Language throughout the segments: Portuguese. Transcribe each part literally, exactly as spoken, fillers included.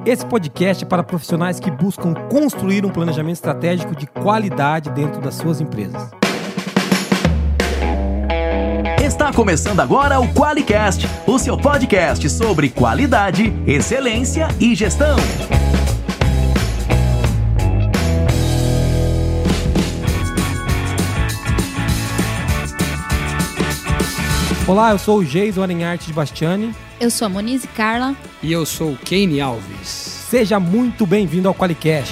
Esse podcast é para profissionais que buscam construir um planejamento estratégico de qualidade dentro das suas empresas. Está começando agora o QualiCast, o seu podcast sobre qualidade, excelência e gestão. Olá, eu sou o Geison Arenharte de Bastiani. Eu sou a Monize Carla. E eu sou o Kane Alves. Seja muito bem-vindo ao QualiCast.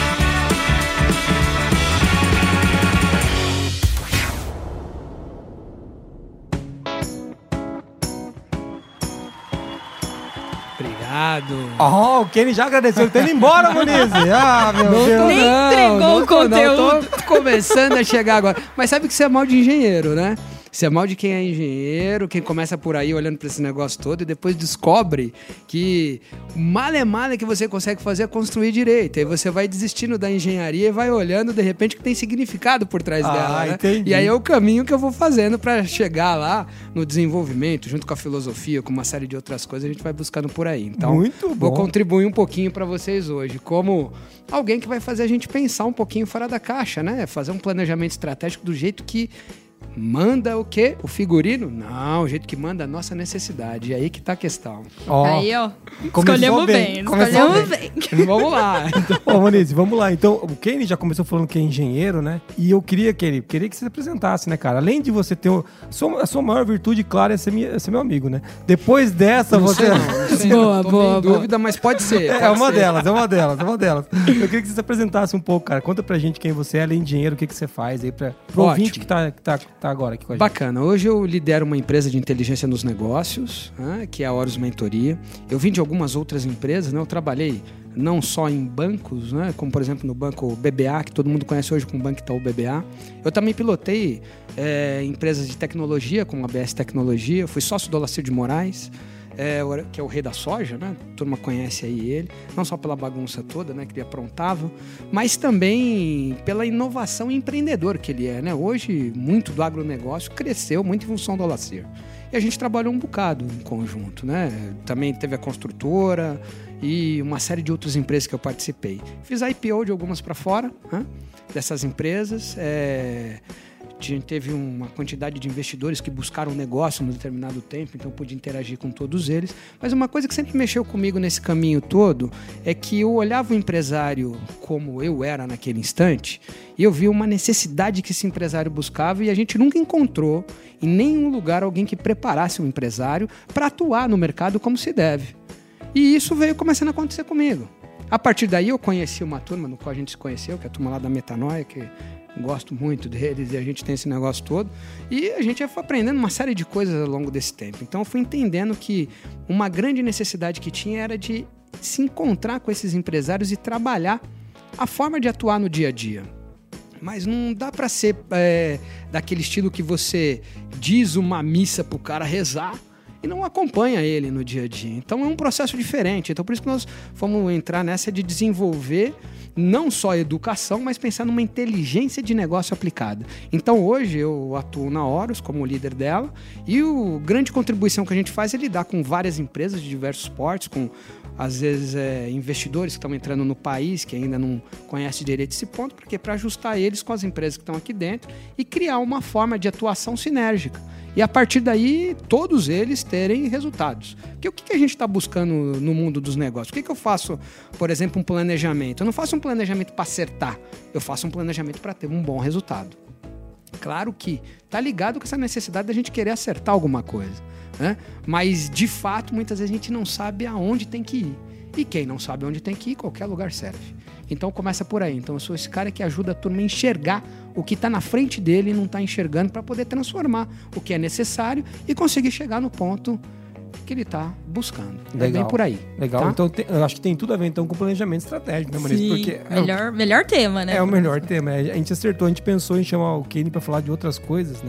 Obrigado. Oh, o Kenny já agradeceu. Ele tá indo embora, Monize. Ah, meu não Deus. Tô, Nem não, entregou não o tô, conteúdo. Não, tô começando a chegar agora. Mas sabe que isso é mal de engenheiro, né? Isso é mal de quem é engenheiro, quem começa por aí olhando para esse negócio todo e depois descobre que mal é mal que você consegue fazer é construir direito. Aí você vai desistindo da engenharia e vai olhando, de repente, que tem significado por trás ah, dela, né? Entendi. E aí é o caminho que eu vou fazendo para chegar lá no desenvolvimento, junto com a filosofia, com uma série de outras coisas, a gente vai buscando por aí. Então, muito bom. Vou contribuir um pouquinho para vocês hoje, como alguém que vai fazer a gente pensar um pouquinho fora da caixa, né? Fazer um planejamento estratégico do jeito que manda o quê? O figurino? Não, o jeito que manda a nossa necessidade. É aí que tá a questão. Oh, aí, ó. bem. Escolhemos bem. Começou Escolhemos bem. bem. Vamos lá. Então, Ô, Monize, vamos lá. Então, o Kenny já começou falando que é engenheiro, né? E eu queria, Kenny, queria que você se apresentasse, né, cara? Além de você ter... O, a, sua, a sua maior virtude, claro, é ser, minha, é ser meu amigo, né? Depois dessa, Não você... sei não, não sei Boa, não. Tô boa, meio em boa. dúvida, mas pode ser. É, pode é uma ser. delas, é uma delas, é uma delas. Eu queria que você se apresentasse um pouco, cara. Conta pra gente quem você é, além de engenheiro, o que, que você faz aí pra, pro Ótimo. ouvinte que tá, que, tá, que tá agora aqui com a gente. Bacana. Hoje eu lidero uma empresa de inteligência nos negócios, né, que é a Horus Mentoria. Eu vim de algumas outras empresas, né? Eu trabalhei não só em bancos, né, como por exemplo no banco B B A, que todo mundo conhece hoje como Banco Itaú B B A. Eu também pilotei é, empresas de tecnologia, como a A B S Tecnologia. Eu fui sócio do Olacir de Moraes, é, que é o rei da soja, né? A turma conhece aí ele, não só pela bagunça toda, né, que ele aprontava, mas também pela inovação empreendedora que ele é, né? Hoje, muito do agronegócio cresceu muito em função do Olacir. E a gente trabalhou um bocado em conjunto, né? Também teve a construtora e uma série de outras empresas que eu participei. Fiz a I P O de algumas para fora, né, dessas empresas. É... A gente teve uma quantidade de investidores que buscaram negócio num determinado tempo, então eu pude interagir com todos eles. Mas uma coisa que sempre mexeu comigo nesse caminho todo é que eu olhava o empresário como eu era naquele instante e eu via uma necessidade que esse empresário buscava e a gente nunca encontrou em nenhum lugar alguém que preparasse um empresário para atuar no mercado como se deve. E isso veio começando a acontecer comigo. A partir daí eu conheci uma turma no qual a gente se conheceu, que é a turma lá da Metanoia, que gosto muito deles e a gente tem esse negócio todo. E a gente foi aprendendo uma série de coisas ao longo desse tempo. Então eu fui entendendo que uma grande necessidade que tinha era de se encontrar com esses empresários e trabalhar a forma de atuar no dia a dia. Mas não dá para ser é, daquele estilo que você diz uma missa pro cara rezar e não acompanha ele no dia a dia. Então é um processo diferente. Então por isso que nós fomos entrar nessa de desenvolver não só a educação, mas pensar numa inteligência de negócio aplicada. Então hoje eu atuo na Horus como líder dela e a grande contribuição que a gente faz é lidar com várias empresas de diversos portes, com às vezes é, investidores que estão entrando no país que ainda não conhecem direito esse ponto, porque para ajustar eles com as empresas que estão aqui dentro e criar uma forma de atuação sinérgica. E a partir daí, todos eles terem resultados. Porque o que a gente está buscando no mundo dos negócios? O que, que eu faço, por exemplo, um planejamento? Eu não faço um planejamento para acertar, eu faço um planejamento para ter um bom resultado. Claro que está ligado com essa necessidade da gente querer acertar alguma coisa, né? Mas, de fato, muitas vezes a gente não sabe aonde tem que ir. E quem não sabe onde tem que ir, qualquer lugar serve. Então começa por aí. Então eu sou esse cara que ajuda a turma a enxergar o que está na frente dele e não está enxergando para poder transformar o que é necessário e conseguir chegar no ponto que ele está buscando. Legal. É bem por aí. Legal. Tá? Então tem, eu acho que tem tudo a ver então com planejamento estratégico, né, Monize? Sim, Porque melhor, é o, melhor tema, né? É o melhor tema. A gente acertou, a gente pensou em chamar o Kenny para falar de outras coisas, né?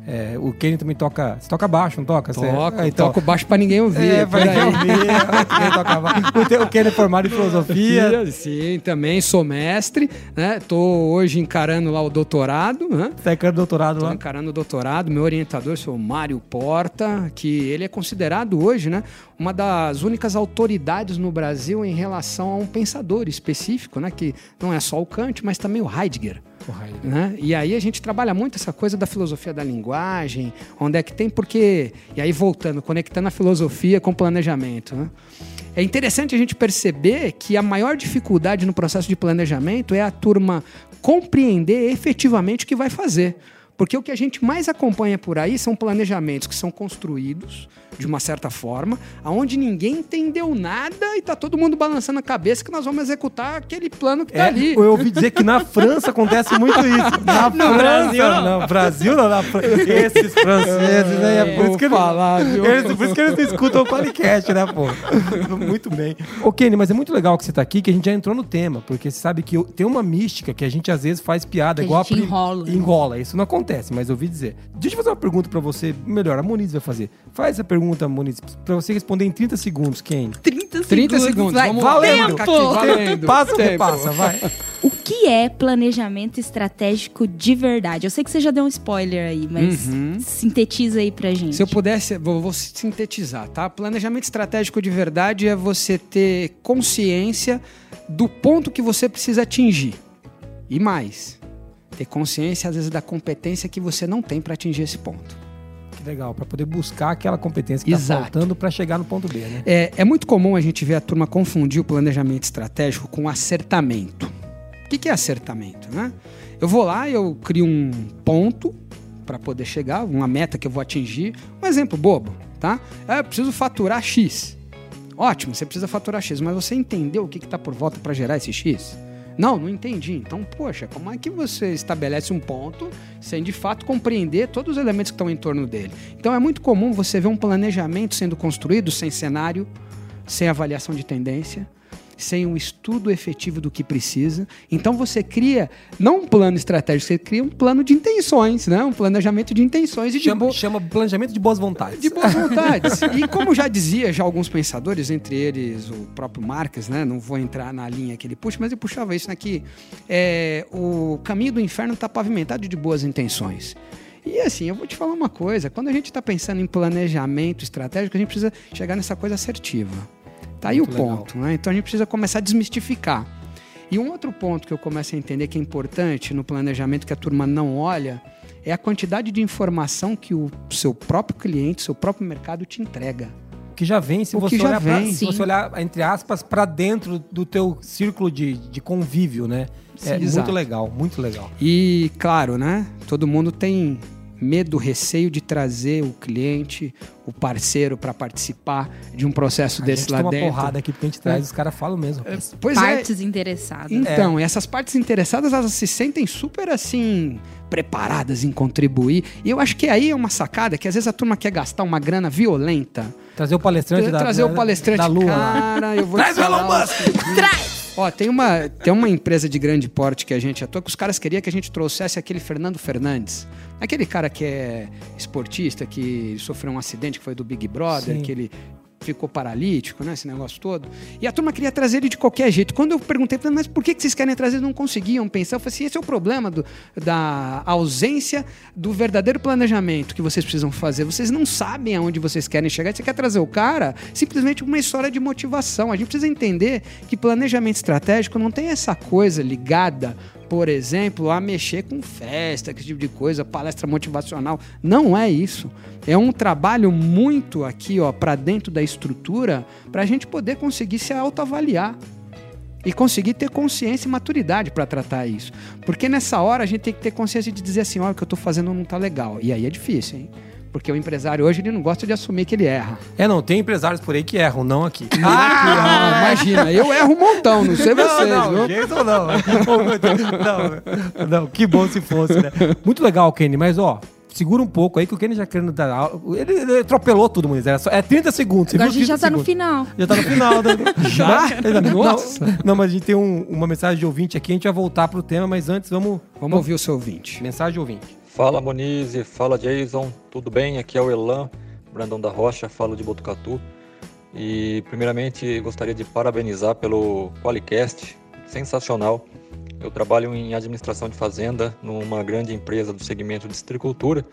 É, o Kenny também toca... Você toca baixo, não toca? Você, Toco, é, então, toco baixo pra ninguém ouvir. É, É, pra ninguém ouvir. Quem toca baixo. O Kenny é formado em filosofia. Sim, também sou mestre, né? Tô hoje encarando lá o doutorado, né? Tá encarando doutorado Tô lá. encarando o doutorado. Meu orientador é o Mário Porta, que ele é considerado hoje, né, uma das únicas autoridades no Brasil em relação a um pensador específico, né? Que não é só o Kant, mas também o Heidegger. Né? E aí a gente trabalha muito essa coisa da filosofia da linguagem, onde é que tem, porque... E aí voltando, conectando a filosofia com o planejamento, né? É interessante a gente perceber que a maior dificuldade no processo de planejamento é a turma compreender efetivamente o que vai fazer. Porque o que a gente mais acompanha por aí são planejamentos que são construídos de uma certa forma, aonde ninguém entendeu nada e tá todo mundo balançando a cabeça que nós vamos executar aquele plano que tá É, ali. eu ouvi dizer que na França acontece muito isso. Na No França, Brasil, não. não. Brasil não, na França. Esses franceses aí, é por isso que, Vou falar, viu? eles, por isso que eles não escutam o podcast, né, pô? Muito bem. Ô, Kenny, mas é muito legal que você tá aqui, que a gente já entrou no tema, porque você sabe que eu- tem uma mística que a gente às vezes faz piada, Que a igual gente Pri- enrola. Enrola, isso não acontece, mas eu ouvi dizer. Deixa eu fazer uma pergunta pra você, melhor, a Moniz vai fazer. Faz a pergunta, Moniz, pra você responder em trinta segundos, Kenny. trinta segundos. trinta segundos, vai. vamos Valendo. marcar aqui, valendo. Passa ou Tempo. repassa, vai. O que é planejamento estratégico de verdade? Eu sei que você já deu um spoiler aí, mas Uhum. sintetiza aí pra gente. Se eu pudesse, vou, vou sintetizar, tá? Planejamento estratégico de verdade é você ter consciência do ponto que você precisa atingir. E mais, ter consciência, às vezes, da competência que você não tem para atingir esse ponto. Que legal, pra poder buscar aquela competência que tá Exato. faltando pra chegar no ponto B, né? É, é muito comum a gente ver a turma confundir o planejamento estratégico com acertamento. O que, que é acertamento, né? Eu vou lá e eu crio um ponto para poder chegar, uma meta que eu vou atingir. Um exemplo bobo, tá? É, eu preciso faturar X. Ótimo, você precisa faturar X, mas você entendeu o que está por volta para gerar esse X? Não, não entendi. Então, poxa, como é que você estabelece um ponto sem de fato compreender todos os elementos que estão em torno dele? Então, é muito comum você ver um planejamento sendo construído sem cenário, sem avaliação de tendência, sem um estudo efetivo do que precisa. Então você cria, não um plano estratégico, você cria um plano de intenções, né? Um planejamento de intenções e de Chama, bo- chama planejamento de boas vontades. de boas vontades. E como já dizia já alguns pensadores, entre eles o próprio Marx, né? Não vou entrar na linha que ele puxa, mas ele puxava isso aqui. É, o caminho do inferno está pavimentado de boas intenções. E assim, eu vou te falar uma coisa, quando a gente está pensando em planejamento estratégico, a gente precisa chegar nessa coisa assertiva. Tá aí Muito o legal. ponto, né? Então a gente precisa começar a desmistificar. E um outro ponto que eu começo a entender que é importante no planejamento que a turma não olha é a quantidade de informação que o seu próprio cliente, seu próprio mercado te entrega. Que já vem, se O você que já olhar, pra, vem. se você Sim. olhar, entre aspas, pra dentro do teu círculo de, de convívio, né? Sim, É exato. muito legal, muito legal. E, claro, né? Todo mundo tem medo, receio de trazer o cliente, o parceiro para participar de um processo A desse gente lá toma dentro. porrada aqui porque a gente traz, os caras falam mesmo. rapaz. Pois Partes interessadas. é. Então, essas partes interessadas, elas se sentem super assim preparadas em contribuir. E eu acho que aí é uma sacada que às vezes a turma quer gastar uma grana violenta. Trazer o palestrante da, trazer da, o palestrante, da Lua. lá. cara, eu vou Traz te o falar Elon o Musk! seguinte. Ó, tem uma, tem uma empresa de grande porte que a gente atua, que os caras queriam que a gente trouxesse aquele Fernando Fernandes. Aquele cara que é esportista, que sofreu um acidente, que foi do Big Brother, Sim. que ele ficou paralítico, né? Esse negócio todo. E a turma queria trazer ele de qualquer jeito. Quando eu perguntei pra eles, mas por que que vocês querem trazer? Eles não conseguiam pensar. Eu falei assim, esse é o problema do, da ausência do verdadeiro planejamento que vocês precisam fazer. Vocês não sabem aonde vocês querem chegar. E você quer trazer o cara, simplesmente uma história de motivação. A gente precisa entender que planejamento estratégico não tem essa coisa ligada, por exemplo, a mexer com festa, esse tipo de coisa, palestra motivacional. Não é isso. É um trabalho muito aqui, ó, para dentro da estrutura, para a gente poder conseguir se autoavaliar e conseguir ter consciência e maturidade para tratar isso. Porque nessa hora a gente tem que ter consciência de dizer assim, olha, o que eu estou fazendo não está legal. E aí é difícil, hein? Porque o empresário hoje ele não gosta de assumir que ele erra. É, não, tem empresários por aí que erram, não aqui. Ah, imagina, eu erro um montão, não sei vocês, não, não, viu? jeito não. não. Não, que bom se fosse, né? Muito legal, Kenny, mas ó, segura um pouco aí que o Kenny já querendo dar aula. Ele, ele atropelou tudo, mas era só, é trinta segundos. Você Agora a viu gente já trinta tá no segundos. final. Já tá no final. Né? Já? Não, Nossa. Não, não, mas a gente tem um- uma mensagem de ouvinte aqui, a gente vai voltar pro tema, mas antes vamos... Vamos ouvir o seu ouvinte. Mensagem de ouvinte. Fala Monize, fala Jason, tudo bem? Aqui é o Elan, Brandão da Rocha, falo de Botucatu. E primeiramente gostaria de parabenizar pelo Qualicast, sensacional. Eu trabalho em administração de fazenda numa grande empresa do segmento de citricultura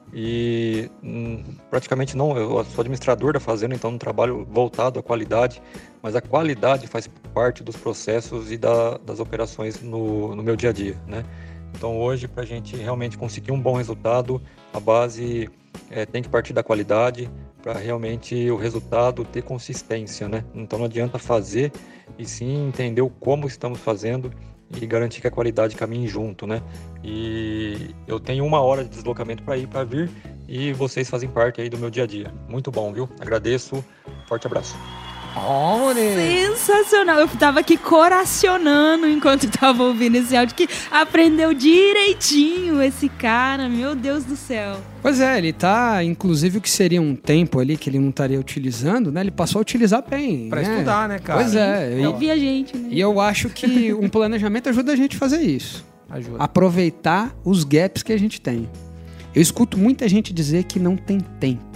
e hum, praticamente não, eu sou administrador da fazenda, então não trabalho voltado à qualidade, mas a qualidade faz parte dos processos e da, das operações no, no meu dia a dia, né? Então hoje, para a gente realmente conseguir um bom resultado, a base é, tem que partir da qualidade para realmente o resultado ter consistência, né? Então não adianta fazer e sim entender o como estamos fazendo e garantir que a qualidade caminhe junto, né? E eu tenho uma hora de deslocamento para ir, para vir, e vocês fazem parte aí do meu dia a dia. Muito bom, viu? Agradeço, forte abraço. Oh, sensacional. Eu tava aqui coracionando enquanto tava ouvindo esse áudio, que aprendeu direitinho esse cara, meu Deus do céu. Pois é, ele tá, inclusive o que seria um tempo ali que ele não estaria utilizando, né? Ele passou a utilizar bem. Pra né? estudar, né, cara? Pois é. Eu vi a gente, né? E eu acho que um planejamento ajuda a gente a fazer isso. Ajuda. Aproveitar os gaps que a gente tem. Eu escuto muita gente dizer que não tem tempo.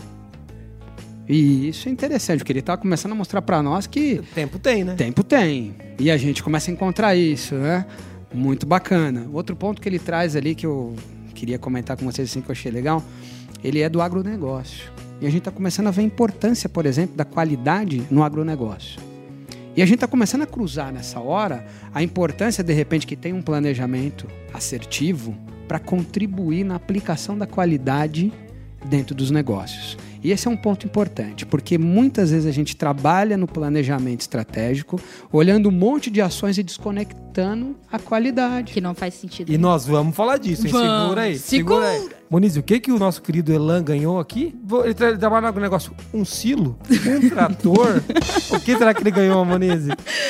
E isso é interessante, porque ele está começando a mostrar para nós que... Tempo tem, né? Tempo tem. E a gente começa a encontrar isso, né? Muito bacana. Outro ponto que ele traz ali, que eu queria comentar com vocês, assim, que eu achei legal, ele é do agronegócio. E a gente está começando a ver a importância, por exemplo, da qualidade no agronegócio. E a gente está começando a cruzar nessa hora a importância, de repente, que tem um planejamento assertivo para contribuir na aplicação da qualidade dentro dos negócios. E esse é um ponto importante, porque muitas vezes a gente trabalha no planejamento estratégico, olhando um monte de ações e desconectando a qualidade. Que não faz sentido. E nós vamos falar disso, hein? Vamos. Segura aí. Segura. Segura aí. Moniz, o que que o nosso querido Elan ganhou aqui? Ele, tra- ele trabalha no negócio, um silo, um trator. O que será que ele ganhou, Moniz?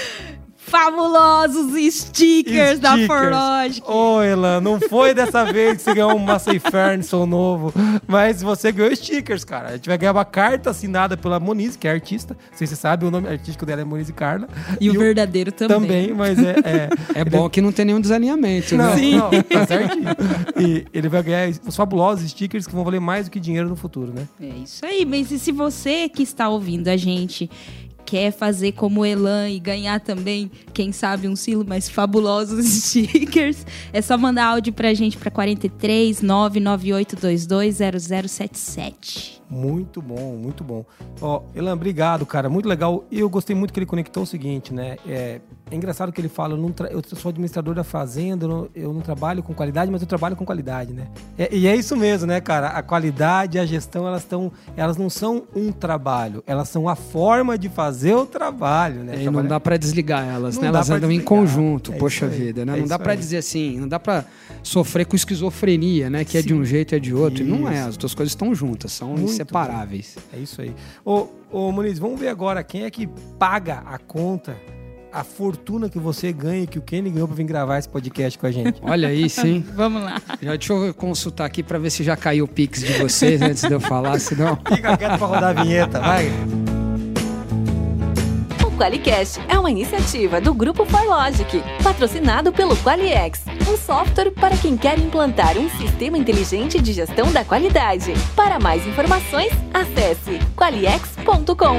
Fabulosos stickers, da Forlogic. Ô, Elan, não foi dessa vez que você ganhou um Massey Ferguson novo, mas você ganhou stickers, cara. A gente vai ganhar uma carta assinada pela Moniz, que é artista. Não sei se você sabe, o nome artístico dela é Moniz e Carla. E, e o verdadeiro também. Também, mas é... É, é ele... bom que não tem nenhum desalinhamento, não, né? Sim. Não, tá certinho. E ele vai ganhar os fabulosos stickers que vão valer mais do que dinheiro no futuro, né? É isso aí, mas e se você que está ouvindo a gente quer fazer como o Elan e ganhar também, quem sabe, um silo mais fabulosos stickers, é só mandar áudio pra gente pra quarenta e três, nove nove oito dois dois, zero zero sete sete. Muito bom, muito bom. Ó, Elan, obrigado, cara, muito legal. E eu gostei muito que ele conectou o seguinte, né? É, é engraçado que ele fala, eu, não tra- eu sou administrador da fazenda, eu não, eu não trabalho com qualidade, mas eu trabalho com qualidade, né? É, e é isso mesmo, né, cara? A qualidade e a gestão, elas, tão, elas não são um trabalho, elas são a forma de fazer o trabalho, né? E Trabalhar... não dá pra desligar elas, não né? Elas andam desligar. em conjunto, é poxa vida, né? É não dá pra aí. dizer assim, não dá pra sofrer com esquizofrenia, né? Que Sim. é de um jeito e é de outro. Isso. Não é, as duas coisas estão juntas, são Muito inseparáveis. bom. É isso aí. Ô, ô, Moniz, vamos ver agora quem é que paga a conta, a fortuna que você ganha, que o Kenny ganhou pra vir gravar esse podcast com a gente. Olha aí, sim. Vamos lá. Já, deixa eu consultar aqui pra ver se já caiu o Pix de vocês antes de eu falar, senão... Fica quieto pra rodar a vinheta, vai. O Qualicast é uma iniciativa do Grupo Forlogic, patrocinado pelo Qualiex, um software para quem quer implantar um sistema inteligente de gestão da qualidade. Para mais informações, acesse qualiex ponto com.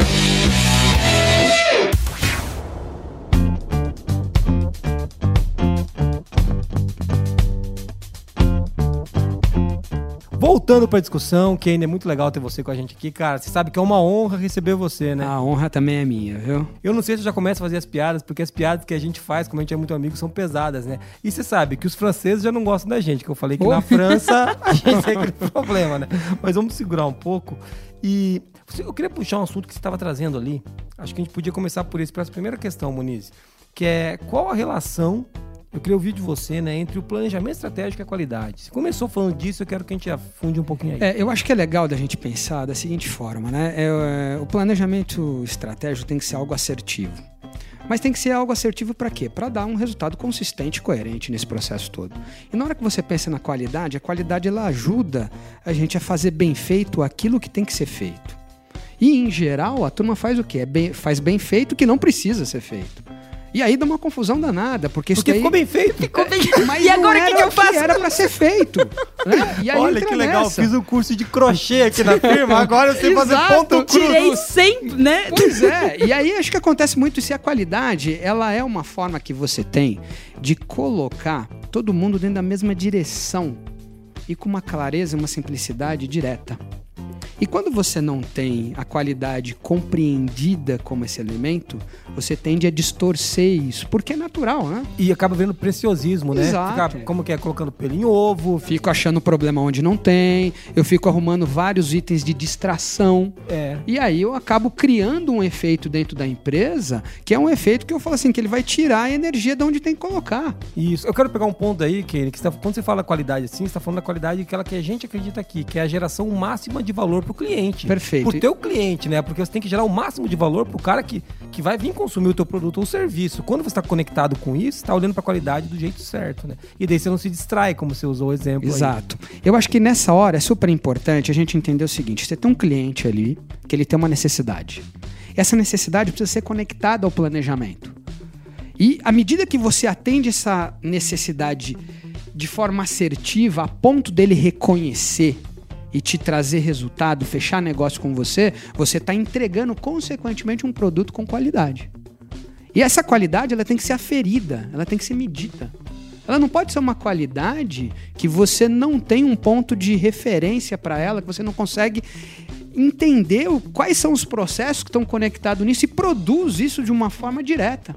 Voltando pra discussão, que ainda é muito legal ter você com a gente aqui, cara. Você sabe que é uma honra receber você, né? A honra também é minha, viu? Eu não sei se eu já começo a fazer as piadas, porque as piadas que a gente faz, como a gente é muito amigo, são pesadas, né? E você sabe que os franceses já não gostam da gente, que eu falei que Oh. na França a gente tem aquele problema, né? Mas vamos segurar um pouco. E eu queria puxar um assunto que você estava trazendo ali. Acho que a gente podia começar por isso, para essa primeira questão, Moniz, que é qual a relação... Eu queria ouvir de você, né, entre o planejamento estratégico e a qualidade. Você começou falando disso, eu quero que a gente afunde um pouquinho aí. É, eu acho que é legal da gente pensar da seguinte forma, né? É, é, o planejamento estratégico tem que ser algo assertivo. Mas tem que ser algo assertivo para quê? Para dar um resultado consistente e coerente nesse processo todo. E na hora que você pensa na qualidade, a qualidade ela ajuda a gente a fazer bem feito aquilo que tem que ser feito. E, em geral, a turma faz o quê? É bem, faz bem feito o que não precisa ser feito. E aí dá uma confusão danada, porque isso Porque daí... ficou bem feito. Ficou bem... Mas E agora o que, que eu faço? Era pra ser feito. Né? E aí Olha entra que legal, nessa. fiz um curso de crochê aqui na firma, agora eu sei fazer Exato. ponto cruz. Tirei sempre, né? Pois é, e aí acho que acontece muito isso. E a qualidade, ela é uma forma que você tem de colocar todo mundo dentro da mesma direção e com uma clareza, uma simplicidade direta. E quando você não tem a qualidade compreendida como esse elemento, você tende a distorcer isso, porque é natural, né? E acaba vendo preciosismo, né? Exato. Fica, como que é, colocando pelo em ovo. Fico achando problema onde não tem, eu fico arrumando vários itens de distração. É. E aí eu acabo criando um efeito dentro da empresa, que é um efeito que eu falo assim, que ele vai tirar a energia de onde tem que colocar. Isso. Eu quero pegar um ponto aí, Kenny, que você tá, quando você fala qualidade assim, você está falando da qualidade aquela que a gente acredita aqui, que é a geração máxima de valor pro cliente. Perfeito. Pro teu cliente, né? Porque você tem que gerar o máximo de valor pro cara que, que vai vir consumir o teu produto ou serviço. Quando você está conectado com isso, você está olhando pra qualidade do jeito certo, né? E daí você não se distrai, como você usou o exemplo aí. Exato. Eu acho que nessa hora é super importante a gente entender o seguinte, você tem um cliente ali, que ele tem uma necessidade. Essa necessidade precisa ser conectada ao planejamento. E à medida que você atende essa necessidade de forma assertiva, a ponto dele reconhecer e te trazer resultado, fechar negócio com você, você está entregando, consequentemente, um produto com qualidade. E essa qualidade ela tem que ser aferida, ela tem que ser medida. Ela não pode ser uma qualidade que você não tem um ponto de referência para ela, que você não consegue entender quais são os processos que estão conectados nisso e produz isso de uma forma direta.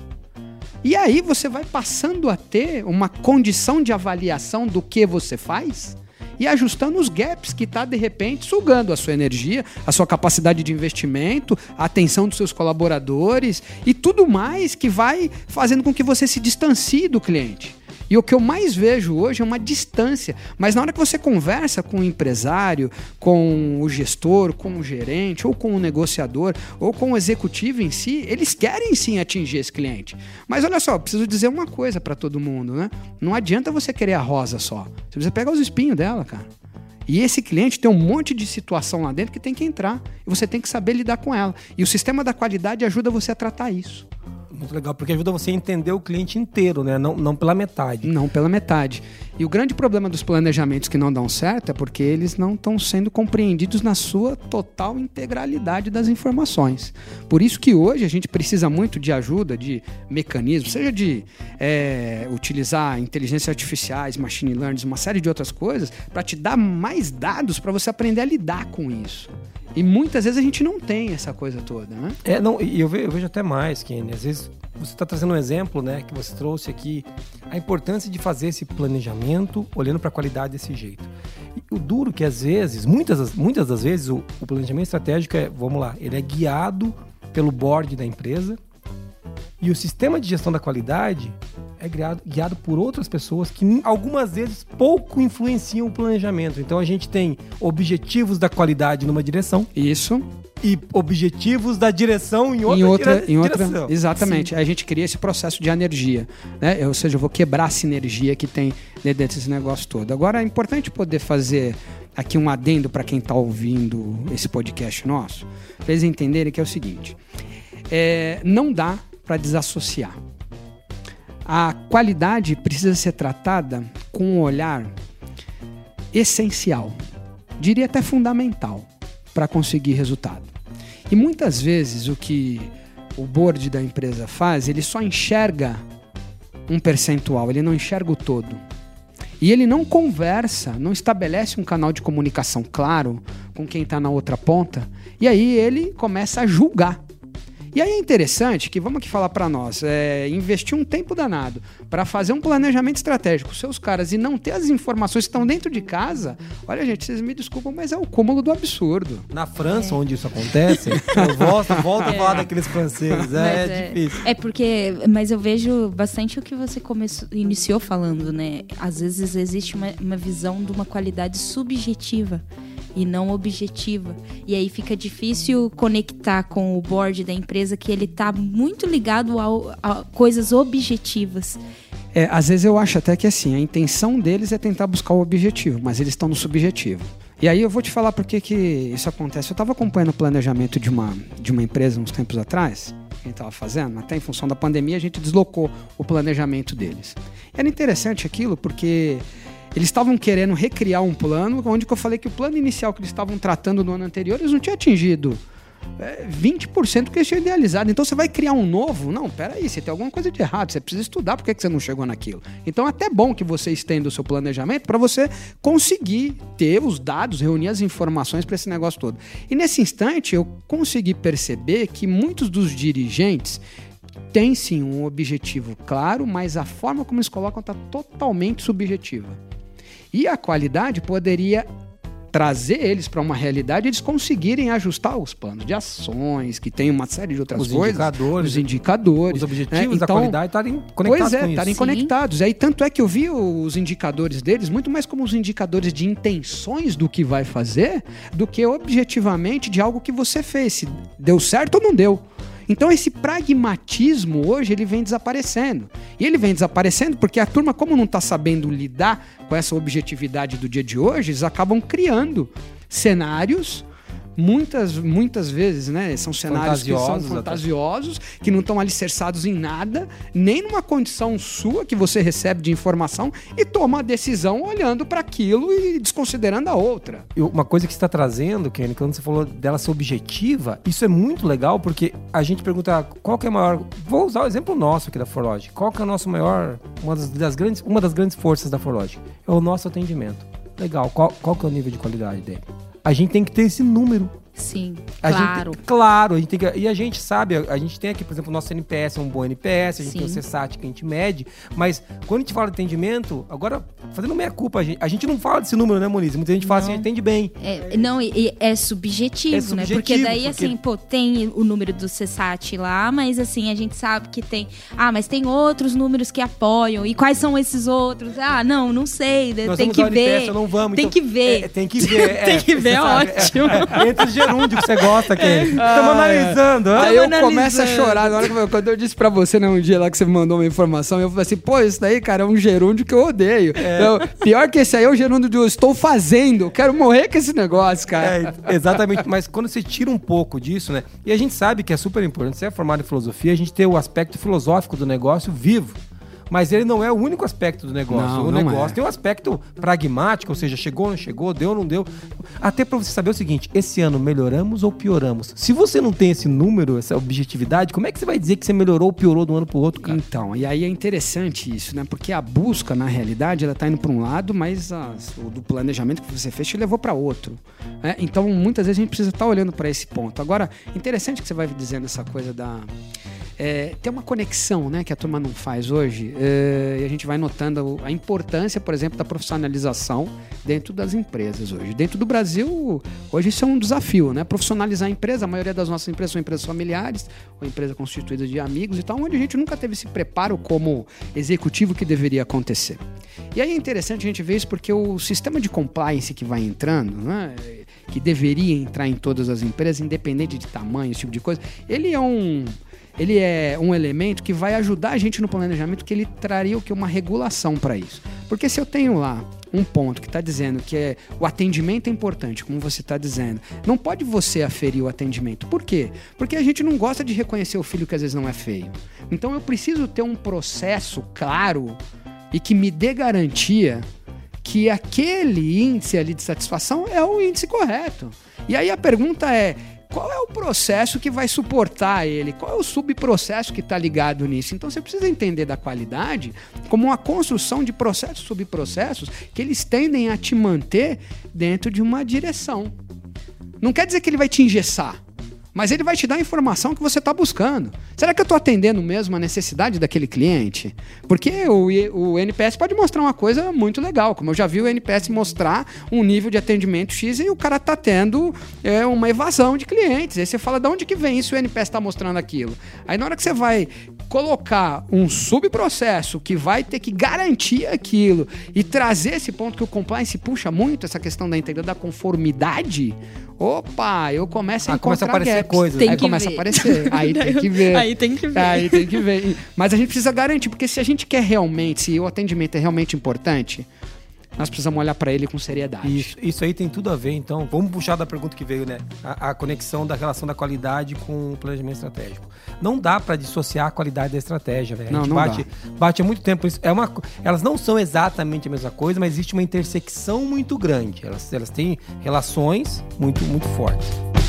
E aí você vai passando a ter uma condição de avaliação do que você faz e ajustando os gaps que está, de repente, sugando a sua energia, a sua capacidade de investimento, a atenção dos seus colaboradores e tudo mais que vai fazendo com que você se distancie do cliente. E o que eu mais vejo hoje é uma distância. Mas na hora que você conversa com o empresário, com o gestor, com o gerente, ou com o negociador, ou com o executivo em si, eles querem sim atingir esse cliente. Mas olha só, eu preciso dizer uma coisa para todo mundo, né? Não adianta você querer a rosa só. Você precisa pegar os espinhos dela, cara. E esse cliente tem um monte de situação lá dentro que tem que entrar. E você tem que saber lidar com ela. E o sistema da qualidade ajuda você a tratar isso. Muito legal, porque ajuda você a entender o cliente inteiro, né? Não, não pela metade. Não pela metade. E o grande problema dos planejamentos que não dão certo é porque eles não estão sendo compreendidos na sua total integralidade das informações. Por isso que hoje a gente precisa muito de ajuda, de mecanismos, seja de é, utilizar inteligências artificiais, machine learning, uma série de outras coisas, para te dar mais dados para você aprender a lidar com isso. E muitas vezes a gente não tem essa coisa toda, né? É, não, e eu vejo, eu vejo até mais, Kenny. Às vezes você está trazendo um exemplo, né, que você trouxe aqui, a importância de fazer esse planejamento olhando para a qualidade desse jeito. E o duro que às vezes, muitas, muitas das vezes, o, o planejamento estratégico é, vamos lá, ele é guiado pelo board da empresa e o sistema de gestão da qualidade é guiado, guiado por outras pessoas que algumas vezes pouco influenciam o planejamento. Então a gente tem objetivos da qualidade numa direção. Isso. E objetivos da direção em outra, em outra, dire... em outra direção. Exatamente. Sim. Aí a gente cria esse processo de energia, né? Ou seja, eu vou quebrar a sinergia que tem dentro desse negócio todo. Agora é importante poder fazer aqui um adendo para quem está ouvindo esse podcast nosso, para eles entenderem que é o seguinte: é, não dá para desassociar. A qualidade precisa ser tratada com um olhar essencial, diria até fundamental, para conseguir resultado. E muitas vezes o que o board da empresa faz, ele só enxerga um percentual, ele não enxerga o todo. E ele não conversa, não estabelece um canal de comunicação claro com quem está na outra ponta, e aí ele começa a julgar. E aí é interessante que, vamos aqui falar para nós, é, investir um tempo danado para fazer um planejamento estratégico com seus caras e não ter as informações que estão dentro de casa, olha, gente, vocês me desculpam, mas é o cúmulo do absurdo. Na França, é. onde isso acontece, eu volto, volto é. a falar daqueles franceses, é, é difícil. É porque, mas eu vejo bastante o que você começou, iniciou falando, né? Às vezes existe uma, uma visão de uma qualidade subjetiva e não objetiva. E aí fica difícil conectar com o board da empresa, que ele está muito ligado ao, a coisas objetivas. É, às vezes eu acho até que assim, a intenção deles é tentar buscar o objetivo, mas eles estão no subjetivo. E aí eu vou te falar por que que isso acontece. Eu estava acompanhando o planejamento de uma, de uma empresa uns tempos atrás, que a gente estava fazendo, até em função da pandemia, a gente deslocou o planejamento deles. Era interessante aquilo porque eles estavam querendo recriar um plano, onde que eu falei que o plano inicial que eles estavam tratando no ano anterior, eles não tinham atingido é, vinte por cento do que eles tinham idealizado. Então você vai criar um novo? Não, peraí, você tem alguma coisa de errado, você precisa estudar por que você não chegou naquilo. Então é até bom que você estenda o seu planejamento para você conseguir ter os dados, reunir as informações para esse negócio todo. E nesse instante eu consegui perceber que muitos dos dirigentes têm sim um objetivo claro, mas a forma como eles colocam está totalmente subjetiva. E a qualidade poderia trazer eles para uma realidade, eles conseguirem ajustar os planos de ações, que tem uma série de outras os coisas. Indicadores, os indicadores. Os objetivos né? Então, da qualidade estarem conectados pois é, com isso. estarem conectados. E aí, tanto é que eu vi os indicadores deles muito mais como os indicadores de intenções do que vai fazer, do que objetivamente de algo que você fez. Se deu certo ou não deu. Então esse pragmatismo hoje ele vem desaparecendo. E ele vem desaparecendo porque a turma, como não está sabendo lidar com essa objetividade do dia de hoje, eles acabam criando cenários, muitas, muitas vezes, né? São cenários que são fantasiosos, que não estão alicerçados em nada, nem numa condição sua que você recebe de informação e toma a decisão olhando para aquilo e desconsiderando a outra. Uma coisa que você está trazendo, Kenny, quando você falou dela ser objetiva, isso é muito legal porque a gente pergunta qual que é a maior... Vou usar o exemplo nosso aqui da ForLogic. Qual que é o nosso maior... Uma das, das grandes, uma das grandes forças da ForLogic? É o nosso atendimento. Legal. Qual, qual que é o nível de qualidade dele? A gente tem que ter esse número. Sim, a claro. Gente, claro, a gente tem que, e a gente sabe, a, a gente tem aqui, por exemplo, o nosso N P S é um bom N P S, a gente Sim. tem o C SAT que a gente mede, mas quando a gente fala de atendimento, agora, fazendo meia culpa, a gente, a gente não fala desse número, né, Moniz? Muita gente fala não. assim, a gente atende bem. É, não, e, é, subjetivo, é subjetivo, né? Porque daí, porque... assim, pô, tem o número do C SAT lá, mas assim, a gente sabe que tem, ah, mas tem outros números que apoiam, e quais são esses outros? Ah, não, não sei, Nós tem que ver. N P S, não vamos, tem então, que ver. É, tem que ver. É, tem que ver, é ótimo. É, é, entre os gerúndios que você gosta. Estamos ah, analisando. É. Aí eu analisando. começo a chorar. Na hora que eu, quando eu disse pra você, né, um dia lá que você me mandou uma informação, eu falei assim, pô, isso daí, cara, é um gerúndio que eu odeio. É. Eu, pior que esse aí é o gerúndio de eu estou fazendo. Eu quero morrer com esse negócio, cara. É, exatamente. Mas quando você tira um pouco disso, né? E a gente sabe que é super importante, você é formado em filosofia, a gente tem o aspecto filosófico do negócio vivo. Mas ele não é o único aspecto do negócio. Não, o não negócio é. tem um aspecto pragmático, ou seja, chegou ou não chegou, deu ou não deu. Até para você saber o seguinte, esse ano melhoramos ou pioramos? Se você não tem esse número, essa objetividade, como é que você vai dizer que você melhorou ou piorou de um ano para o outro, cara? Então, e aí é interessante isso, né? Porque a busca, na realidade, ela tá indo para um lado, mas a, o do planejamento que você fez te levou para outro. Né? Então, muitas vezes a gente precisa estar olhando para esse ponto. Agora, interessante que você vai dizendo essa coisa da... É, tem uma conexão, né, que a turma não faz hoje, é, e a gente vai notando a importância, por exemplo, da profissionalização dentro das empresas hoje. Dentro do Brasil, hoje isso é um desafio, né? Profissionalizar a empresa, a maioria das nossas empresas são empresas familiares, ou empresas constituídas de amigos e tal, onde a gente nunca teve esse preparo como executivo que deveria acontecer. E aí é interessante a gente ver isso porque o sistema de compliance que vai entrando, né, que deveria entrar em todas as empresas, independente de tamanho, esse tipo de coisa, ele é um... Ele é um elemento que vai ajudar a gente no planejamento, que ele traria o que? Uma regulação para isso. Porque se eu tenho lá um ponto que está dizendo que é, o atendimento é importante, como você está dizendo, não pode você aferir o atendimento. Por quê? Porque a gente não gosta de reconhecer o filho que às vezes não é feio. Então eu preciso ter um processo claro e que me dê garantia que aquele índice ali de satisfação é o índice correto. E aí a pergunta é, qual é o processo que vai suportar ele? Qual é o subprocesso que está ligado nisso? Então você precisa entender da qualidade como uma construção de processos, subprocessos, que eles tendem a te manter dentro de uma direção. Não quer dizer que ele vai te engessar, mas ele vai te dar a informação que você está buscando. Será que eu estou atendendo mesmo a necessidade daquele cliente? Porque o, o N P S pode mostrar uma coisa muito legal, como eu já vi o N P S mostrar um nível de atendimento X e o cara está tendo é, uma evasão de clientes. Aí você fala, de onde que vem isso? O N P S está mostrando aquilo. Aí na hora que você vai colocar um subprocesso que vai ter que garantir aquilo e trazer esse ponto que o compliance puxa muito, essa questão da integridade, da conformidade, opa, eu começo a ah, encontrar começa a aparecer gaps. coisas. Aí começa ver. a aparecer. Aí tem que ver. Aí tem que ver. Aí tem que ver. Mas a gente precisa garantir, porque se a gente quer realmente, se o atendimento é realmente importante, nós precisamos olhar para ele com seriedade. Isso, isso aí tem tudo a ver, então. Vamos puxar da pergunta que veio, né? A, a conexão da relação da qualidade com o planejamento estratégico. Não dá para dissociar a qualidade da estratégia, velho. A não, gente não bate, dá. bate há muito tempo. Isso é uma, elas não são exatamente a mesma coisa, mas existe uma intersecção muito grande. Elas, elas têm relações muito, muito fortes.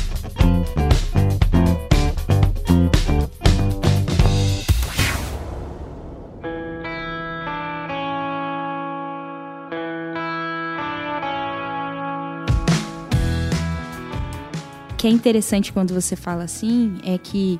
O que é interessante quando você fala assim é que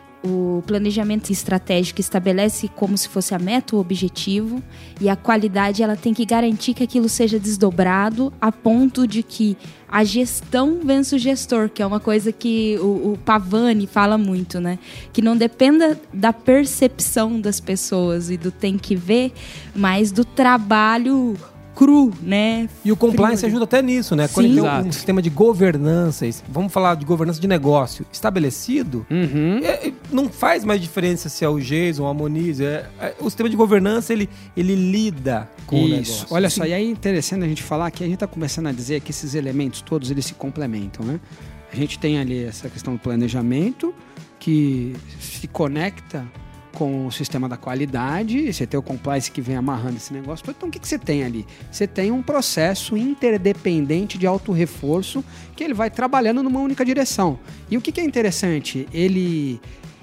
o planejamento estratégico estabelece como se fosse a meta, o objetivo, e a qualidade ela tem que garantir que aquilo seja desdobrado a ponto de que a gestão vença o gestor, que é uma coisa que o, o Pavani fala muito, né? Que não dependa da percepção das pessoas e do tem que ver, mas do trabalho cru, né? E o compliance ajuda até nisso, né? Quando Sim. tem um, um sistema de governança, vamos falar de governança de negócio estabelecido, Uhum. é, não faz mais diferença se é o Jason, a Moniz. É, é, o sistema de governança, ele, ele lida com Isso. o negócio. Olha só, e aí é interessante a gente falar que a gente está começando a dizer que esses elementos todos, eles se complementam, né? A gente tem ali essa questão do planejamento, que se conecta com o sistema da qualidade, você tem o compliance que vem amarrando esse negócio. Então, o que, que você tem ali? Você tem um processo interdependente de autorreforço que ele vai trabalhando numa única direção. E o que, que é interessante? Ele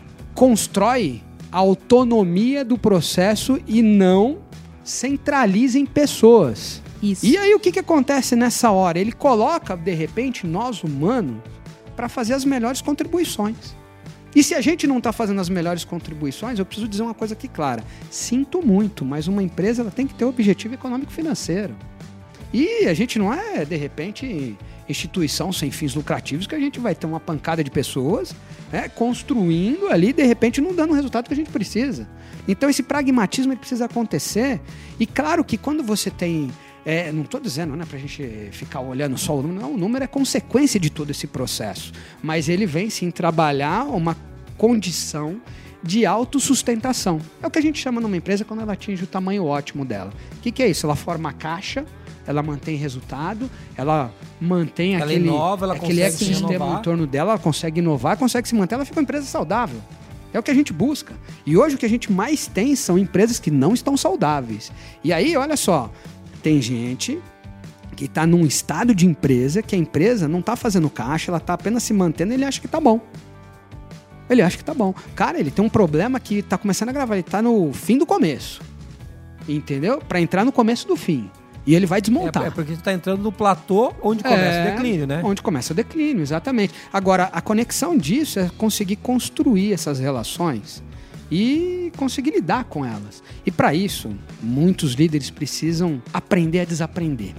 constrói a autonomia do processo e não centraliza em pessoas. Isso. E aí, o que, que acontece nessa hora? Ele coloca, de repente, nós humanos para fazer as melhores contribuições. E se a gente não está fazendo as melhores contribuições, eu preciso dizer uma coisa aqui clara. Sinto muito, mas uma empresa ela tem que ter um objetivo econômico-financeiro. E a gente não é, de repente, instituição sem fins lucrativos que a gente vai ter uma pancada de pessoas, né, construindo ali, de repente, não dando o resultado que a gente precisa. Então, esse pragmatismo ele precisa acontecer. E claro que quando você tem... É, não estou dizendo, né, para a gente ficar olhando só o número, não, o número é consequência de todo esse processo, mas ele vem sim trabalhar uma condição de autossustentação. É o que a gente chama numa empresa quando ela atinge o tamanho ótimo dela. O que, que é isso? Ela forma caixa, ela mantém resultado, ela mantém ela aquele, inova, ela aquele consegue se ecossistema renovar. em torno dela, ela consegue inovar, consegue se manter, ela fica uma empresa saudável. É o que a gente busca. E hoje o que a gente mais tem são empresas que não estão saudáveis. E aí, olha só, tem gente que está num estado de empresa que a empresa não está fazendo caixa, ela está apenas se mantendo e ele acha que está bom. Ele acha que está bom. Cara, ele tem um problema que está começando a gravar, ele está no fim do começo. Entendeu? Para entrar no começo do fim. E ele vai desmontar. É, é porque você está entrando no platô onde começa É, o declínio, né? Onde começa o declínio, exatamente. Agora, a conexão disso é conseguir construir essas relações e conseguir lidar com elas. E para isso, muitos líderes precisam aprender a desaprender.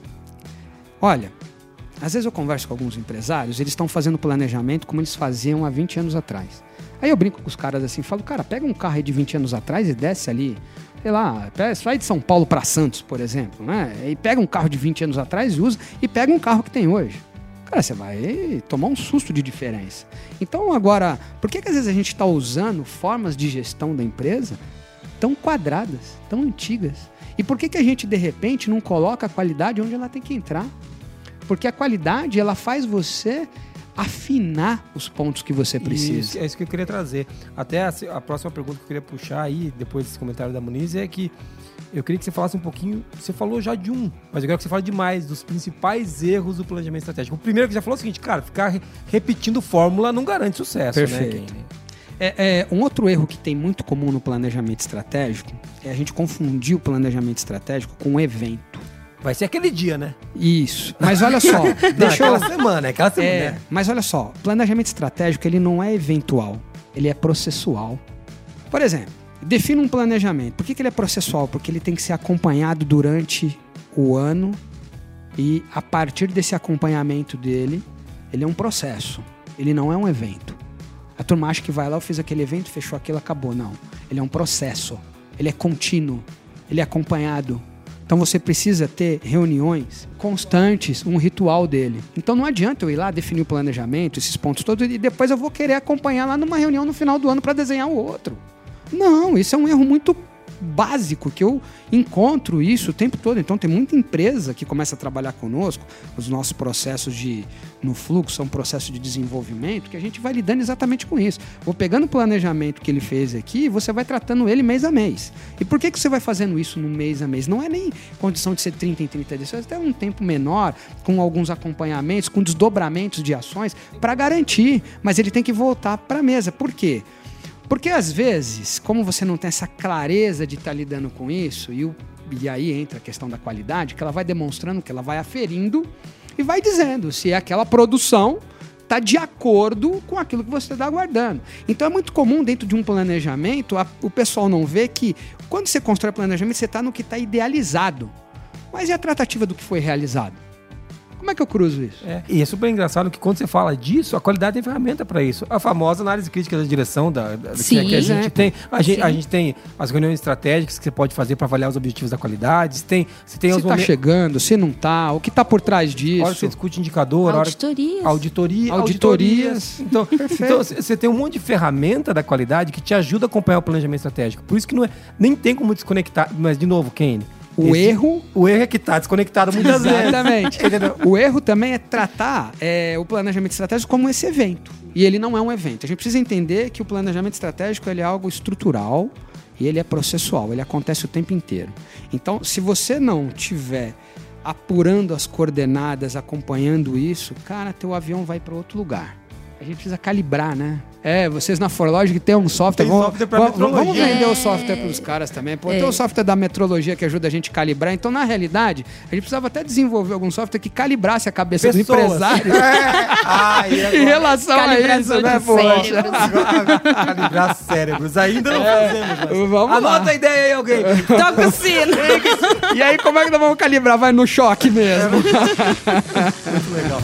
Olha, às vezes eu converso com alguns empresários, eles estão fazendo planejamento como eles faziam há vinte anos atrás. Aí eu brinco com os caras assim, falo, cara, pega um carro aí de vinte anos atrás e desce ali, sei lá, sai de São Paulo para Santos, por exemplo, né? E pega um carro de vinte anos atrás e usa, e pega um carro que tem hoje. Cara, você vai tomar um susto de diferença. Então, agora, por que que às vezes a gente está usando formas de gestão da empresa tão quadradas, tão antigas? E por que que a gente, de repente, não coloca a qualidade onde ela tem que entrar? Porque a qualidade, ela faz você afinar os pontos que você precisa. Isso, é isso que eu queria trazer. Até a, a próxima pergunta que eu queria puxar aí, depois desse comentário da Moniz, é que eu queria que você falasse um pouquinho, você falou já de um, mas eu quero que você fale de mais, dos principais erros do planejamento estratégico. O primeiro que já falou é o seguinte, cara, ficar re- repetindo fórmula não garante sucesso, Perfeito. né? É, é, um outro erro que tem muito comum no planejamento estratégico é a gente confundir o planejamento estratégico com um evento. Vai ser aquele dia, né? Isso. Mas olha só, Não, deixa eu... aquela semana, aquela semana. É, né? mas olha só, planejamento estratégico ele não é eventual, ele é processual. Por exemplo, defina um planejamento. Por que que ele é processual? Porque ele tem que ser acompanhado durante o ano e a partir desse acompanhamento dele, ele é um processo, ele não é um evento. A turma acha que vai lá, eu fiz aquele evento, fechou aquilo, acabou. Não, ele é um processo, ele é contínuo, ele é acompanhado. Então você precisa ter reuniões constantes, um ritual dele. Então não adianta eu ir lá definir o planejamento, esses pontos todos, e depois eu vou querer acompanhar lá numa reunião no final do ano para desenhar o outro. Não, isso é um erro muito básico que eu encontro isso o tempo todo. Então tem muita empresa que começa a trabalhar conosco, os nossos processos de, no fluxo são processos de desenvolvimento, que a gente vai lidando exatamente com isso. Vou pegando o planejamento que ele fez aqui e você vai tratando ele mês a mês. E por que, que você vai fazendo isso no mês a mês? Não é nem condição de ser trinta em trinta dias, até um tempo menor, com alguns acompanhamentos, com desdobramentos de ações, para garantir, mas ele tem que voltar para a mesa. Por quê? Porque às vezes, como você não tem essa clareza de estar tá lidando com isso, e, o, e aí entra a questão da qualidade, que ela vai demonstrando, que ela vai aferindo e vai dizendo se aquela produção está de acordo com aquilo que você está aguardando. Então é muito comum dentro de um planejamento a, o pessoal não vê que quando você constrói planejamento você está no que está idealizado. Mas e a tratativa do que foi realizado? Como é que eu cruzo isso? É, e é super engraçado que quando você fala disso, a qualidade tem ferramenta para isso. A famosa análise crítica da direção da, da Sim, que, que a gente é. tem. A gente, a gente tem as reuniões estratégicas que você pode fazer para avaliar os objetivos da qualidade. Você tem, você tem se os está momentos, chegando, se não está, o que está por trás disso. a hora que você discute indicador, a hora Auditorias. auditoria, Auditorias. auditorias. Então, então você tem um monte de ferramenta da qualidade que te ajuda a acompanhar o planejamento estratégico. Por isso que não é, nem tem como desconectar. Mas, de novo, Kane, O esse- erro... O erro é que está desconectado muitas vezes. Exatamente. Entendeu? O erro também é tratar é, o planejamento estratégico como esse evento. E ele não é um evento. A gente precisa entender que o planejamento estratégico ele é algo estrutural e ele é processual. Ele acontece o tempo inteiro. Então, se você não tiver apurando as coordenadas, acompanhando isso, cara, teu avião vai para outro lugar. A gente precisa calibrar, né? É, vocês na ForLogic tem um software. Tem vamos, software pra vamos, metrologia. vamos vender É. o software para os caras também. Pô, É. tem o software da metrologia que ajuda a gente a calibrar. Então, na realidade, a gente precisava até desenvolver algum software que calibrasse a cabeça do Pessoas. empresário É. Ah, e agora? em relação a Calibração isso, né, de poxa? cérebros. Calibrar cérebros. Ainda não fazemos. Mas... Vamos lá. Anota a ideia aí, alguém. Toca o sino. E aí, como é que nós vamos calibrar? Vai no choque mesmo. Muito legal.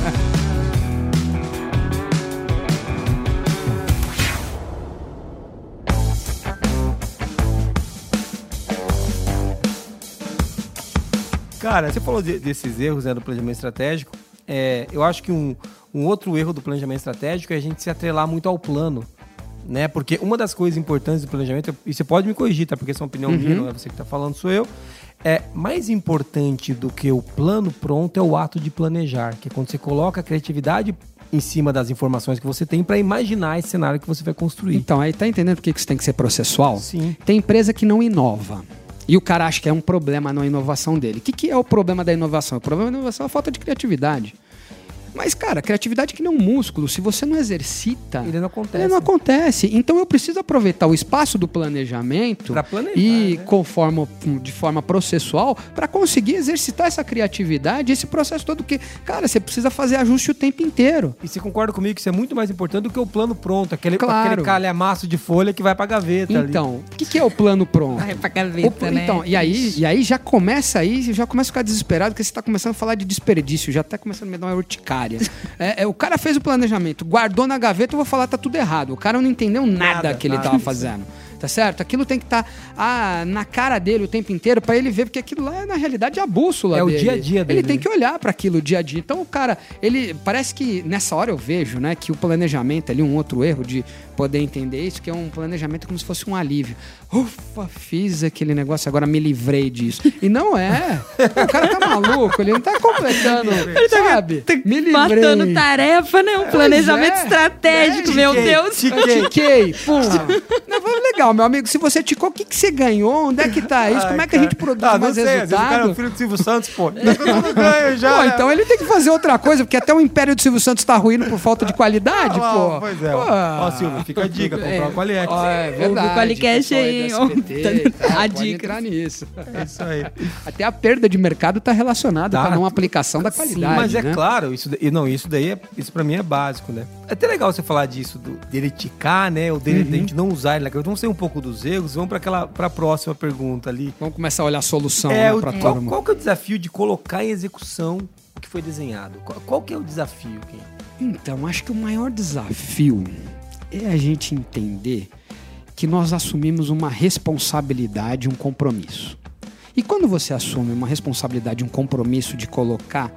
Cara, você falou de- desses erros, né, do planejamento estratégico. É, eu acho que um, um outro erro do planejamento estratégico é a gente se atrelar muito ao plano. Né? Porque uma das coisas importantes do planejamento, e você pode me corrigir, tá? Porque essa é uma opinião minha, não é você que está falando, sou eu. É mais importante do que o plano pronto é o ato de planejar, que é quando você coloca a criatividade em cima das informações que você tem para imaginar esse cenário que você vai construir. Então, aí tá entendendo por que que isso tem que ser processual? Sim. Tem empresa que não inova. E o cara acha que é um problema na inovação dele. O que, que é o problema da inovação? O problema da inovação é a falta de criatividade. Mas, cara, criatividade que nem um músculo. Se você não exercita, Ele não acontece. ele não acontece. Então eu preciso aproveitar o espaço do planejamento Pra planejar, e né? conforme, de forma processual para conseguir exercitar essa criatividade, esse processo todo que, cara, você precisa fazer ajuste o tempo inteiro. E você concorda comigo que isso é muito mais importante do que o plano pronto, aquele, Claro. aquele calhamaço de folha que vai pra gaveta ali. Então, o que, que é o plano pronto? Vai pra gaveta, O- né? Então, e aí, e aí já começa aí, já começa a ficar desesperado, porque você está começando a falar de desperdício, já está começando a me dar uma urticária. é, é, o cara fez o planejamento, guardou na gaveta, eu vou falar, tá tudo errado. O cara não entendeu nada, Nada, que ele nada. estava fazendo. Tá certo? Aquilo tem que estar ah, na cara dele o tempo inteiro para ele ver, porque aquilo lá é, na realidade, a bússola É o dele. dia a dia dele, Ele tem né? que olhar para aquilo dia a dia. Então, o cara, ele parece que nessa hora eu vejo, né, que o planejamento ali, um outro erro de poder entender isso, que é um planejamento como se fosse um alívio. Ufa, fiz aquele negócio, agora me livrei disso. E não é. O cara tá maluco, ele não tá completando, sabe? Me livrei. Matando tarefa, né? Um planejamento é. estratégico, É, meu tiquei, Deus. Eu tiquei, pum. Não, foi legal, meu amigo. Se você ticou, o que, que você ganhou? Onde é que tá isso? Como é que a gente produz ah, mais não sei, às vezes o cara é resultado? o filho do Silvio Santos, pô. Tá todo ganho já. Pô, né? então ele tem que fazer outra coisa, porque até o Império do Silvio Santos tá ruindo por falta de qualidade, Ah, pô. Pois é. Pô. Ó, Silvio, fica a dica, comprar uma Qualiex. Ó, é Ouve verdade. o Qualicast pessoal aí, do ó. S B T e tal, A pode dica. entrar nisso. É isso aí. Até a perda de mercado tá relacionada Tá. com a não aplicação da Sim, qualidade, mas é né? claro, isso, daí- não, isso daí, é, isso pra mim é básico, né? É até legal você falar disso, do, dele ticar, né? Ou dele, Uhum. de a gente não usar ele na cabeça. Vamos sair um pouco dos erros, vamos pra aquela, pra próxima pergunta ali. Vamos começar a olhar a solução, É, né, o- pra qual, todo mundo. qual que é o desafio de colocar em execução o que foi desenhado? Qual, qual que é o desafio, Ken? Então, acho que o maior desafio é a gente entender que nós assumimos uma responsabilidade, um compromisso. E quando você assume uma responsabilidade, um compromisso de colocar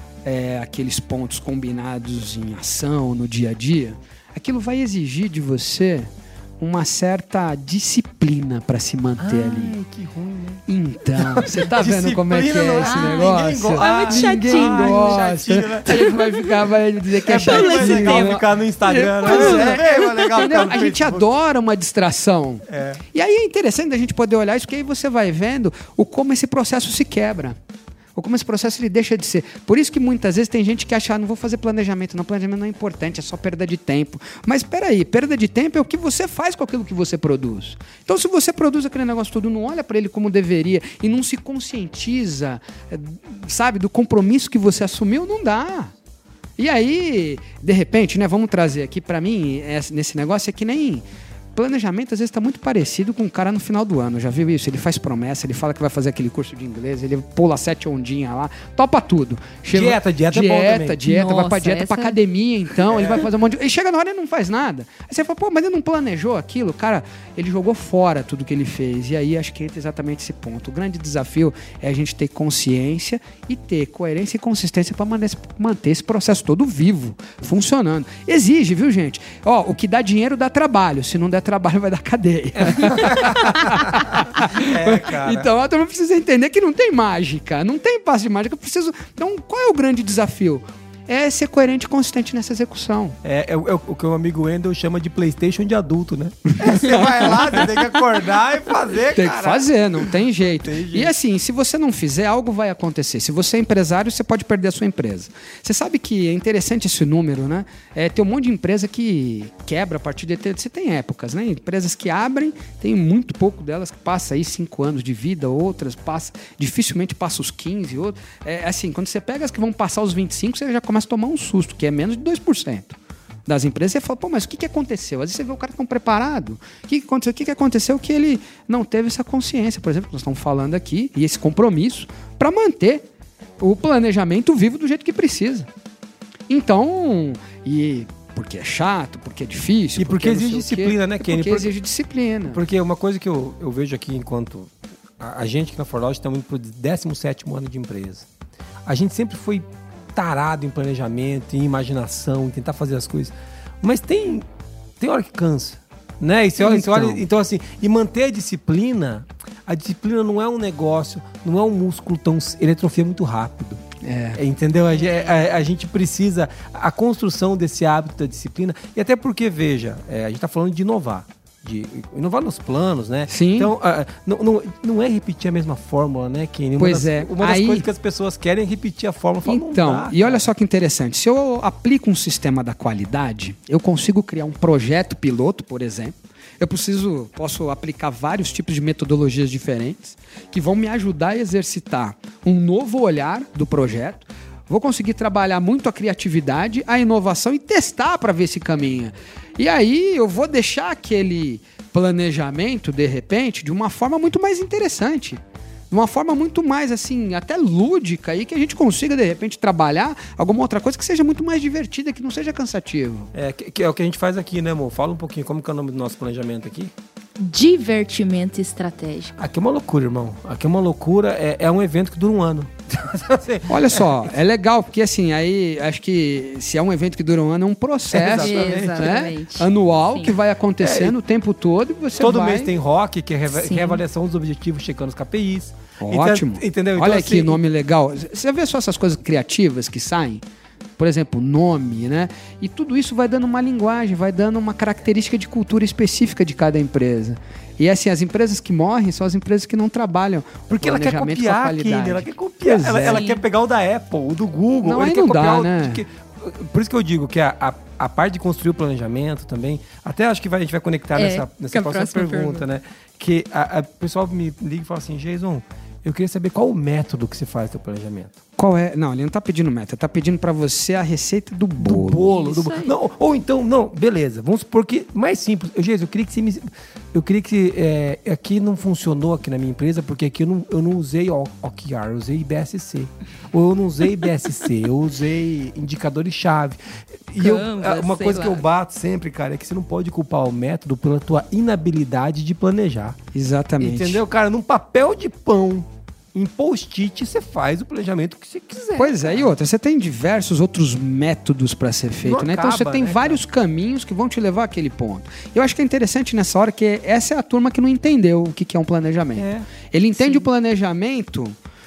é, aqueles pontos combinados em ação no dia a dia, aquilo vai exigir de você uma certa disciplina para se manter Ai, ali. que ruim, né? Então, você tá vendo como é que é Disciplina, esse não- negócio? ninguém gosta. É muito Ninguém chatinho. gosta. Ai, chatinho, né? A gente vai ficar, vai dizer que é, É bem mais chatinho. legal né? ficar no Instagram, né? Pois é. É bem mais legal Entendeu? ficar no A gente Facebook. adora uma distração. É. E aí é interessante a gente poder olhar isso, porque aí você vai vendo o como esse processo se quebra. Ou como esse processo ele deixa de ser. Por isso que muitas vezes tem gente que acha, ah, não vou fazer planejamento. Não, planejamento não é importante, é só perda de tempo. Mas espera aí, perda de tempo é o que você faz com aquilo que você produz. Então, se você produz aquele negócio todo, não olha para ele como deveria e não se conscientiza, eh, sabe, do compromisso que você assumiu, não dá. E aí, de repente, né, vamos trazer aqui para mim, esse- nesse negócio é que nem... Planejamento às vezes está muito parecido com o cara no final do ano. Já viu isso? Ele faz promessa, ele fala que vai fazer aquele curso de inglês, ele pula sete ondinhas lá, topa tudo. Chega- Dieta, dieta é bom dieta, também. dieta, vai pra Nossa, dieta, pra essa- academia, então, ele vai fazer um monte de... E chega na hora e não faz nada. Aí você fala, pô, mas ele não planejou aquilo? Cara, ele jogou fora tudo que ele fez. E aí acho que entra exatamente esse ponto. O grande desafio é a gente ter consciência e ter coerência e consistência para manter esse processo todo vivo, funcionando. Exige, viu, gente? Ó, o que dá dinheiro dá trabalho. Se não der trabalho, vai dar cadeia. É, cara. Então, a turma precisa entender que não tem mágica, não tem passo de mágica. Eu preciso... Então, qual é o grande desafio? É ser coerente e consistente nessa execução. É, é o- é o que o amigo Wendel chama de PlayStation de adulto, né? É, você vai lá, você tem que acordar e fazer, Tem cara. que fazer, não tem jeito. Tem jeito. E assim, se você não fizer, algo vai acontecer. Se você é empresário, você pode perder a sua empresa. Você sabe que é interessante esse número, né? É, tem um monte de empresa que quebra a partir de... Você tem épocas, né? Empresas que abrem, tem muito pouco delas que passa aí cinco anos de vida, outras passa, dificilmente passa os quinze, outras... É assim, quando você pega as que vão passar os vinte e cinco, você já começa a tomar um susto, que é menos de dois por cento. Das empresas, você fala, pô, mas o que, que aconteceu? Às vezes você vê o cara tão preparado. O que, que aconteceu? O que, que aconteceu que ele não teve essa consciência, por exemplo, que nós estamos falando aqui, e esse compromisso para manter o planejamento vivo do jeito que precisa. Então, e porque é chato, porque é difícil. E porque não exige sei o quê. disciplina, né, E Kenny? Porque Porque- exige disciplina. Porque uma coisa que eu, eu vejo aqui enquanto a, a gente aqui na Forlog estamos indo para o décimo sétimo ano de empresa. A gente sempre foi tarado em planejamento, em imaginação, em tentar fazer as coisas. Mas tem, tem hora que cansa, né? E você olha, você Então. olha- então, assim, e manter a disciplina, a disciplina não é um negócio, não é um músculo tão... Ele atrofia muito rápido. É. É, entendeu? A, ge- a- a gente precisa... A construção desse hábito da disciplina... E até porque, veja, é, a gente está falando de inovar. De inovar nos planos, né? Sim. Então, ah, não, não, não é repetir a mesma fórmula, né, Kenny? Uma Pois das, é. Uma das Aí- coisas que as pessoas querem é repetir a fórmula. Fala, Então, não dá, e olha cara. só que interessante. Se eu aplico um sistema da qualidade, eu consigo criar um projeto piloto, por exemplo. Eu preciso, posso aplicar vários tipos de metodologias diferentes que vão me ajudar a exercitar um novo olhar do projeto. Vou conseguir trabalhar muito a criatividade, a inovação e testar para ver se caminha. E aí eu vou deixar aquele planejamento, de repente, de uma forma muito mais interessante. De uma forma muito mais, assim, até lúdica aí, que a gente consiga, de repente, trabalhar alguma outra coisa que seja muito mais divertida, que não seja cansativo. É, que, que é o que a gente faz aqui, né, amor? Fala um pouquinho como que é o nome do nosso planejamento aqui. Divertimento estratégico. Aqui é uma loucura, irmão. Aqui é uma loucura. É, é um evento que dura um ano. Assim, Olha só, é legal, porque assim, aí acho que se é um evento que dura um ano, é um processo Exatamente. né, Exatamente. anual Sim. que vai acontecendo É, o tempo todo e você todo vai... mês tem rock, que é reva- Sim. reavaliação dos objetivos, checando os K P Is. Ótimo. Então, entendeu? Olha Então, que assim, nome legal. Você vê só essas coisas criativas que saem? Por exemplo, nome, né? E tudo isso vai dando uma linguagem, vai dando uma característica de cultura específica de cada empresa. E assim, as empresas que morrem são as empresas que não trabalham Porque ela quer planejamento com a copiar, qualidade. Kenny, ela quer copiar. Pois Ela, é. ela Sim. quer pegar o da Apple, o do Google. Não, ele aí quer não copiar dá, o, né? que- por isso que eu digo que a, a, a parte de construir o planejamento também, até acho que vai- a gente vai conectar É, nessa, com nessa a próxima próxima pergunta, pergunta. né? Que a, a- o pessoal me liga e fala assim, Jason, eu queria saber qual o método que você faz do planejamento. Qual é? Não, ele não tá pedindo meta, ele tá pedindo pra você a receita do bolo. Do bolo. Do Isso bolo. aí. Não, ou então, não, beleza, vamos supor que, mais simples, eu, Jesus, eu queria que você me... Eu queria que, é, aqui não funcionou aqui na minha empresa, porque aqui eu não, eu não usei O K R, eu usei I B S C. Ou eu não usei I B S C, eu usei indicadores-chave. E eu, Canva, uma sei coisa lá. que eu bato sempre, cara, é que você não pode culpar o método pela tua inabilidade de planejar. Exatamente. Entendeu, cara? Num papel de pão, Em post-it, você faz o planejamento que você quiser. Pois é, e outra, você tem diversos outros métodos para ser feito, Não né? acaba, Então você tem né, vários cara? caminhos que vão te levar àquele ponto. Eu acho que é interessante nessa hora que essa é a turma que não entendeu o que que é um planejamento. É, Ele entende sim. o planejamento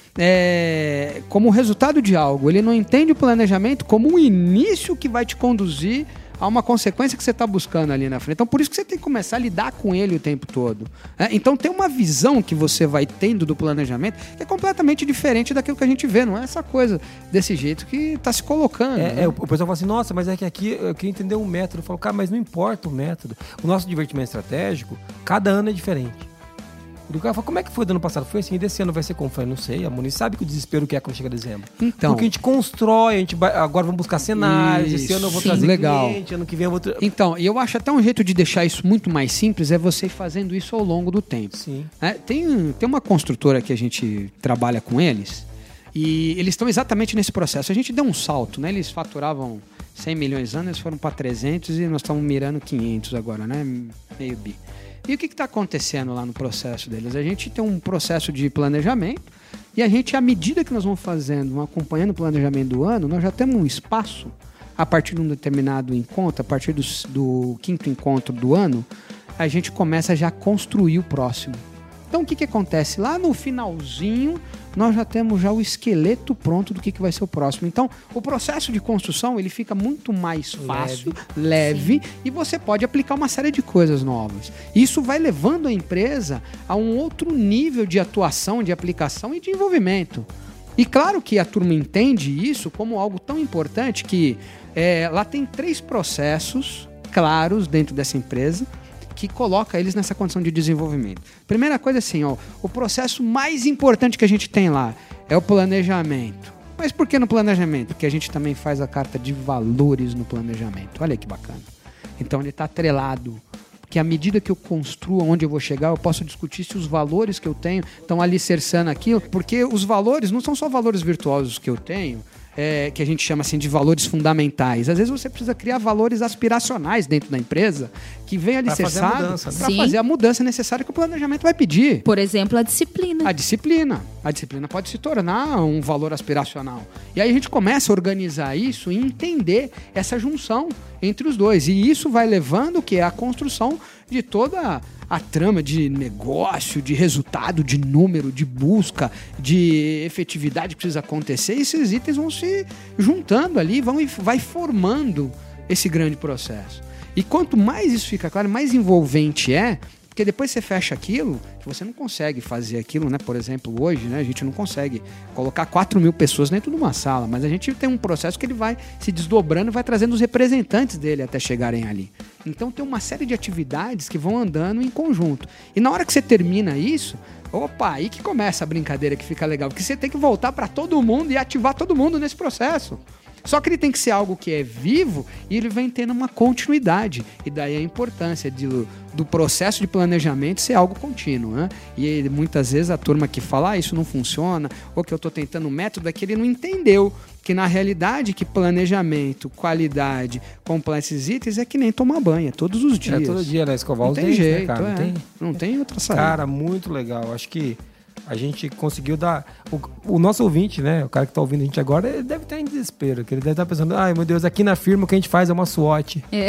é, como resultado de algo. Ele não entende o planejamento como um início que vai te conduzir a uma consequência que você está buscando ali na frente. Então, por isso que você tem que começar a lidar com ele o tempo todo. Né? Então, tem uma visão que você vai tendo do planejamento que é completamente diferente daquilo que a gente vê. Não é essa coisa desse jeito que está se colocando. É, né? é, o pessoal fala assim, nossa, mas é que aqui eu queria entender um método. Eu falo, cara, mas não importa o método. O nosso divertimento estratégico, cada ano é diferente. E o cara fala, como é que foi do ano passado? Foi assim, desse ano vai ser como? Eu falei, não sei, a Moni sabe que o desespero que é quando chega dezembro. Então, Porque a gente constrói, a gente vai, agora vamos buscar cenários, esse Isso, ano eu vou sim, trazer legal. cliente, ano que vem eu vou... Tra... Então, e eu acho até um jeito de deixar isso muito mais simples é você ir fazendo isso ao longo do tempo. Sim. É, tem, tem uma construtora que a gente trabalha com eles e eles estão exatamente nesse processo. A gente deu um salto, né? Eles faturavam cem milhões anos, eles foram para trezentos e nós estamos mirando quinhentos agora, né? Meio bi. E o que está acontecendo lá no processo deles? A gente tem um processo de planejamento e a gente, à medida que nós vamos fazendo, acompanhando o planejamento do ano, nós já temos um espaço, a partir de um determinado encontro, a partir do, do quinto encontro do ano, a gente começa já a construir o próximo. Então, o que, que acontece? Lá no finalzinho, nós já temos já o esqueleto pronto do que, que vai ser o próximo. Então, o processo de construção, ele fica muito mais fácil, leve, leve e você pode aplicar uma série de coisas novas. Isso vai levando a empresa a um outro nível de atuação, de aplicação e de envolvimento. E claro que a turma entende isso como algo tão importante que é, lá tem três processos claros dentro dessa empresa que coloca eles nessa condição de desenvolvimento. Primeira coisa assim, ó, o processo mais importante que a gente tem lá é o planejamento. Mas por que no planejamento? Porque a gente também faz a carta de valores no planejamento. Olha que bacana. Então ele está atrelado. Que à medida que eu construo onde eu vou chegar, eu posso discutir se os valores que eu tenho estão alicerçando aquilo, porque os valores não são só valores virtuosos que eu tenho, É, que a gente chama assim de valores fundamentais. Às vezes você precisa criar valores aspiracionais dentro da empresa que venham alicerçados para Sim. fazer a mudança necessária que o planejamento vai pedir. Por exemplo, a disciplina. A disciplina. A disciplina pode se tornar um valor aspiracional. E aí a gente começa a organizar isso e entender essa junção entre os dois. E isso vai levando o que é a construção de toda a trama de negócio, de resultado, de número, de busca, de efetividade que precisa acontecer. E esses itens vão se juntando ali, vão e vai formando esse grande processo. E quanto mais isso fica claro, mais envolvente é, porque depois você fecha aquilo, que você não consegue fazer aquilo, né? Por exemplo, hoje, né, a gente não consegue colocar quatro mil pessoas dentro de uma sala, mas a gente tem um processo que ele vai se desdobrando e vai trazendo os representantes dele até chegarem ali. Então tem uma série de atividades que vão andando em conjunto. E na hora que você termina isso, opa, aí que começa a brincadeira que fica legal, porque você tem que voltar para todo mundo e ativar todo mundo nesse processo. Só que ele tem que ser algo que é vivo e ele vem tendo uma continuidade. E daí a importância de, do processo de planejamento ser algo contínuo. Né? E ele, muitas vezes a turma que fala, ah, isso não funciona, ou que eu estou tentando um método, é que ele não entendeu que na realidade que planejamento, qualidade, complexos itens é que nem tomar banho, é todos os dias. É todo dia, né? Escovar não os tem dentes, jeito, né, cara? é. Não tem... não tem outra saída. Cara, muito legal. Acho que a gente conseguiu dar... O, o nosso ouvinte, né? O cara que tá ouvindo a gente agora, ele deve estar em desespero. Que ele deve estar pensando, ai meu Deus, aqui na firma o que a gente faz é uma SWOT. É. E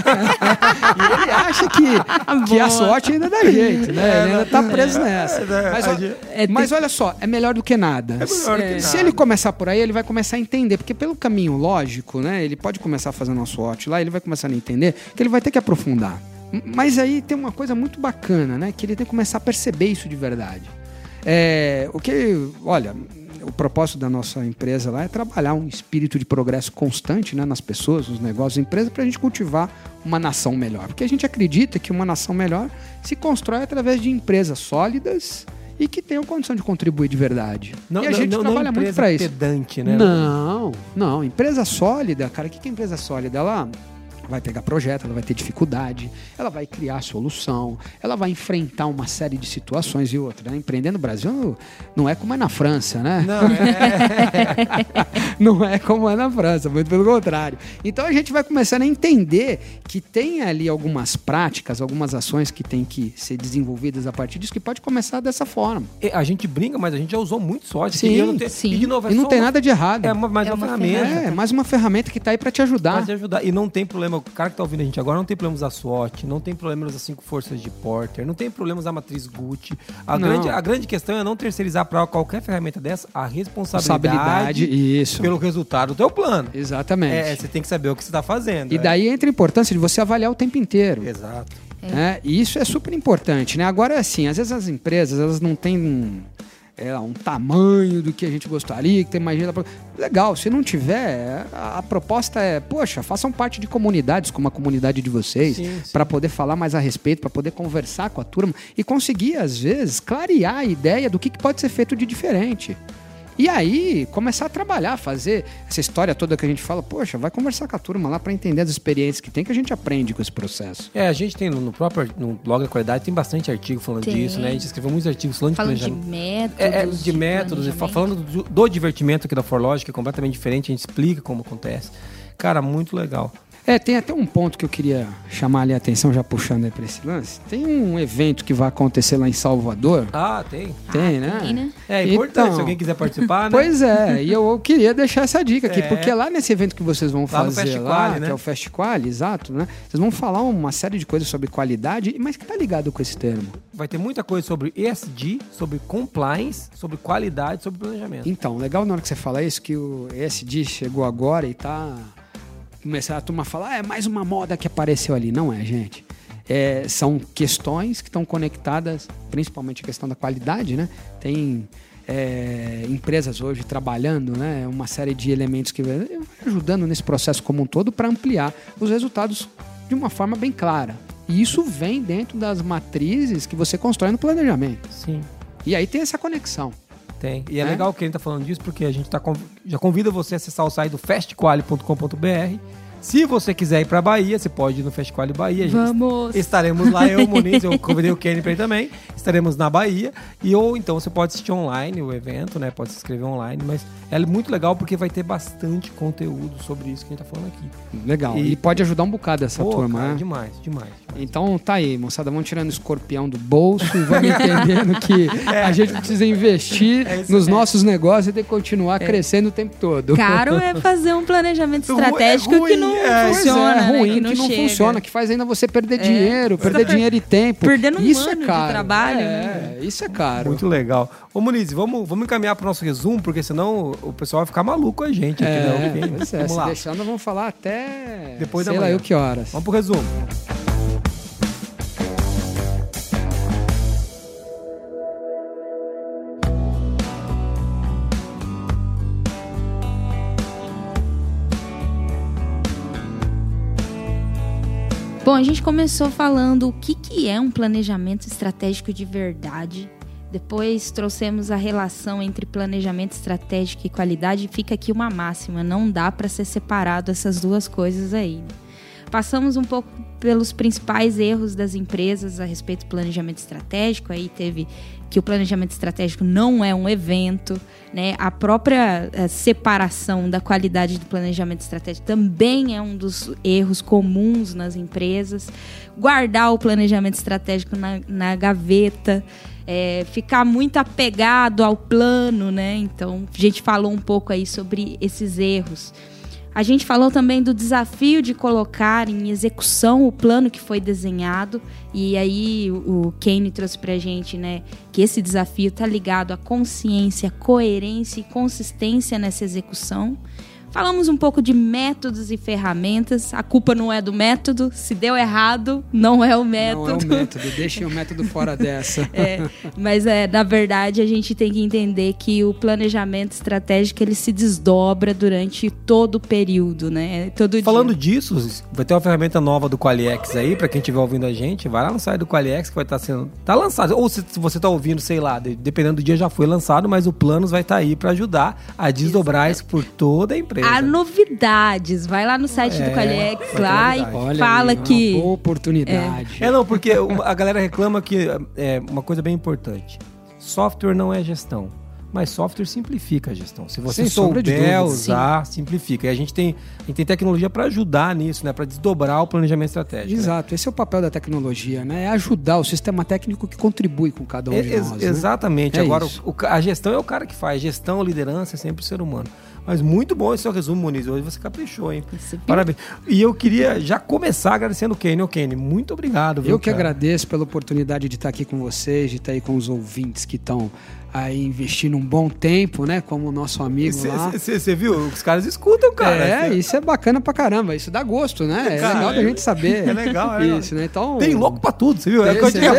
ele acha que, que a SWOT ainda dá jeito, né? É, ele ainda tá preso nessa. É, Mas, ó, é, mas olha só, é melhor do que nada. É melhor do que Se nada. ele começar por aí, ele vai começar a entender. Porque pelo caminho lógico, né? Ele pode começar fazendo uma SWOT lá, ele vai começar a entender que ele vai ter que aprofundar. Mas aí tem uma coisa muito bacana, né? Que ele tem que começar a perceber isso de verdade. É, o que, olha, o propósito da nossa empresa lá é trabalhar um espírito de progresso constante, né, nas pessoas, nos negócios da empresa, para a gente cultivar uma nação melhor. Porque a gente acredita que uma nação melhor se constrói através de empresas sólidas e que tenham condição de contribuir de verdade. Não, e a não, gente não, trabalha não muito para isso. pedante, né? Não, não. Empresa sólida, cara, o que é empresa sólida? Ela vai pegar projeto, ela vai ter dificuldade, ela vai criar solução, ela vai enfrentar uma série de situações e outra. Né? Empreender no Brasil não é como é na França, né? Não, é... não é como é na França, muito pelo contrário. Então a gente vai começando a entender que tem ali algumas práticas, algumas ações que tem que ser desenvolvidas a partir disso, que pode começar dessa forma. A gente brinca, mas a gente já usou muito sorte. Sim, e não tem, sim. E, de novo, é e não só tem uma, nada de errado. É uma, mais É uma, uma ferramenta. É, mais uma ferramenta que está aí para te ajudar. Pra te ajudar. E não tem problema, o cara que tá ouvindo a gente agora não tem problema usar SWOT, não tem problema usar cinco forças de Porter, não tem problema usar matriz Gucci. A, Não. grande, a grande questão é não terceirizar para qualquer ferramenta dessa a responsabilidade, Responsabilidade, isso. pelo resultado do teu plano. Exatamente. É, você tem que saber o que você está fazendo. E é. daí entra a importância de você avaliar o tempo inteiro. Exato. Né? E isso é super importante, né? Agora, assim, às vezes as empresas, elas não têm um, é, um tamanho do que a gente gostaria, que tem mais gente... Legal, se não tiver, a, a proposta é, poxa, façam parte de comunidades como a comunidade de vocês, para poder falar mais a respeito, para poder conversar com a turma e conseguir, às vezes, clarear a ideia do que, que pode ser feito de diferente. E aí, começar a trabalhar, fazer essa história toda que a gente fala, poxa, vai conversar com a turma lá para entender as experiências que tem, que a gente aprende com esse processo. É, a gente tem no, no próprio no blog da qualidade, tem bastante artigo falando Tem. disso, né? A gente escreveu muitos artigos falando, Falando de de planejamento. métodos. É, é, de métodos, e fa- falando do, do divertimento aqui da ForLogic, que é completamente diferente, a gente explica como acontece. Cara, muito legal. É, tem até um ponto que eu queria chamar ali a atenção, já puxando aí para esse lance. Tem um evento que vai acontecer lá em Salvador. Ah, tem. Tem, Ah, né? tem, né? É importante, Então, se alguém quiser participar, né? Pois é, e eu, eu queria deixar essa dica aqui, É. porque lá nesse evento que vocês vão Lá no fazer Fast lá, Quali, né? que é o Fast Quali, exato, né? Vocês vão falar uma série de coisas sobre qualidade, mas que tá ligado com esse termo. Vai ter muita coisa sobre E S G, sobre compliance, sobre qualidade, sobre planejamento. Então, legal na hora que você fala isso, que o E S G chegou agora e tá... Começar a turma a falar, ah, é mais uma moda que apareceu ali. Não é, gente. É, são questões que estão conectadas, principalmente a questão da qualidade, né? Tem é, empresas hoje trabalhando, né? Uma série de elementos que vai ajudando nesse processo como um todo para ampliar os resultados de uma forma bem clara. E isso vem dentro das matrizes que você constrói no planejamento. Sim, E aí tem essa conexão. tem. E é, É? legal que a gente tá falando disso, porque a gente tá conv... já convida você a acessar o site do fast quali ponto com ponto b r. Se você quiser ir pra Bahia, você pode ir no Fast Quali Bahia. A gente Vamos! Estaremos lá, eu, o Moniz, eu convidei o Kenny pra ir também. Estaremos na Bahia. E ou então você pode assistir online o evento, né? Pode se inscrever online. Mas é muito legal porque vai ter bastante conteúdo sobre isso que a gente tá falando aqui. Legal. E, E- pode ajudar um bocado essa Pô, turma, cara, né? demais, demais, demais. Então tá aí, moçada, vamos tirando o escorpião do bolso e vamos entendendo que a gente precisa investir É isso nos mesmo. nossos negócios e ter que continuar crescendo o tempo todo. Caro é fazer um planejamento Ru- é estratégico ruim, que não é, Pois funciona, é, né? ruim, que não, chega. funciona, que faz ainda você perder É. dinheiro, Você perder tá per- dinheiro e tempo. perdendo um isso ano é de caro. trabalho, É, né? isso é caro. Muito legal. Ô, Muniz, vamos, vamos encaminhar pro nosso resumo, porque senão o pessoal vai ficar maluco com a gente aqui, né? É, Ok? pois é, Vamos se lá. deixar, nós vamos falar até Depois da sei lá manhã. eu que horas. Vamos pro resumo. Bom, a gente começou falando o que, que é um planejamento estratégico de verdade. Depois trouxemos a relação entre planejamento estratégico e qualidade. Fica aqui uma máxima, não dá para ser separado essas duas coisas aí. né? Passamos um pouco pelos principais erros das empresas a respeito do planejamento estratégico. Aí teve que o planejamento estratégico não é um evento, né? A própria eh, separação da qualidade do planejamento estratégico também é um dos erros comuns nas empresas. Guardar o planejamento estratégico na, na gaveta, é, ficar muito apegado ao plano, né? Então, a gente falou um pouco aí sobre esses erros. A gente falou também do desafio de colocar em execução o plano que foi desenhado. E aí o Kenny trouxe pra gente, né, que esse desafio está ligado à consciência, coerência e consistência nessa execução. Falamos um pouco de métodos e ferramentas. A culpa não é do método. Se deu errado, não é o método. Não é o método, deixem o método fora dessa. É, mas é, na verdade a gente tem que entender que o planejamento estratégico ele se desdobra durante todo o período, né? Todo Falando dia. disso, vai ter uma ferramenta nova do QualiX aí, pra quem estiver ouvindo a gente, vai lá no site do QualiX que vai estar sendo... Tá lançado, ou se, se você tá ouvindo, sei lá, de- dependendo do dia já foi lançado, mas o Planos vai estar aí pra ajudar a desdobrar isso por toda a empresa. beleza. há novidades. Vai lá no site É, do Qualiex vai ter lá e novidade. Olha fala aí, que... uma boa oportunidade. É, não, porque a galera reclama que é uma coisa bem importante. Software não é gestão, mas software simplifica a gestão. Se você Sem sombra de souber dúvida. usar, simplifica. E a gente tem, a gente tem tecnologia para ajudar nisso, né? Para desdobrar o planejamento estratégico. Exato, esse é o papel da tecnologia, né? É ajudar o sistema técnico que contribui com cada um É, de ex- nós. né? Exatamente. É Agora, isso. o, o, a gestão é o cara que faz. Gestão, liderança é sempre o ser humano. Mas muito bom esse seu resumo, Moniz. Hoje você caprichou, hein? Você viu? Parabéns. E eu queria já começar agradecendo o Kenny. Ô, Kenny, muito obrigado. Viu, Eu que cara? agradeço pela oportunidade de estar aqui com vocês, de estar aí com os ouvintes que estão aí investindo um bom tempo, né? Como o nosso amigo lá. Você viu? Os caras escutam, cara. É, Cê- isso é bacana pra caramba, isso dá gosto, né? É Cara, legal da é- gente saber. é legal, é legal. Isso, né? Então, Tem louco pra tudo, você viu? É o que eu Você digo,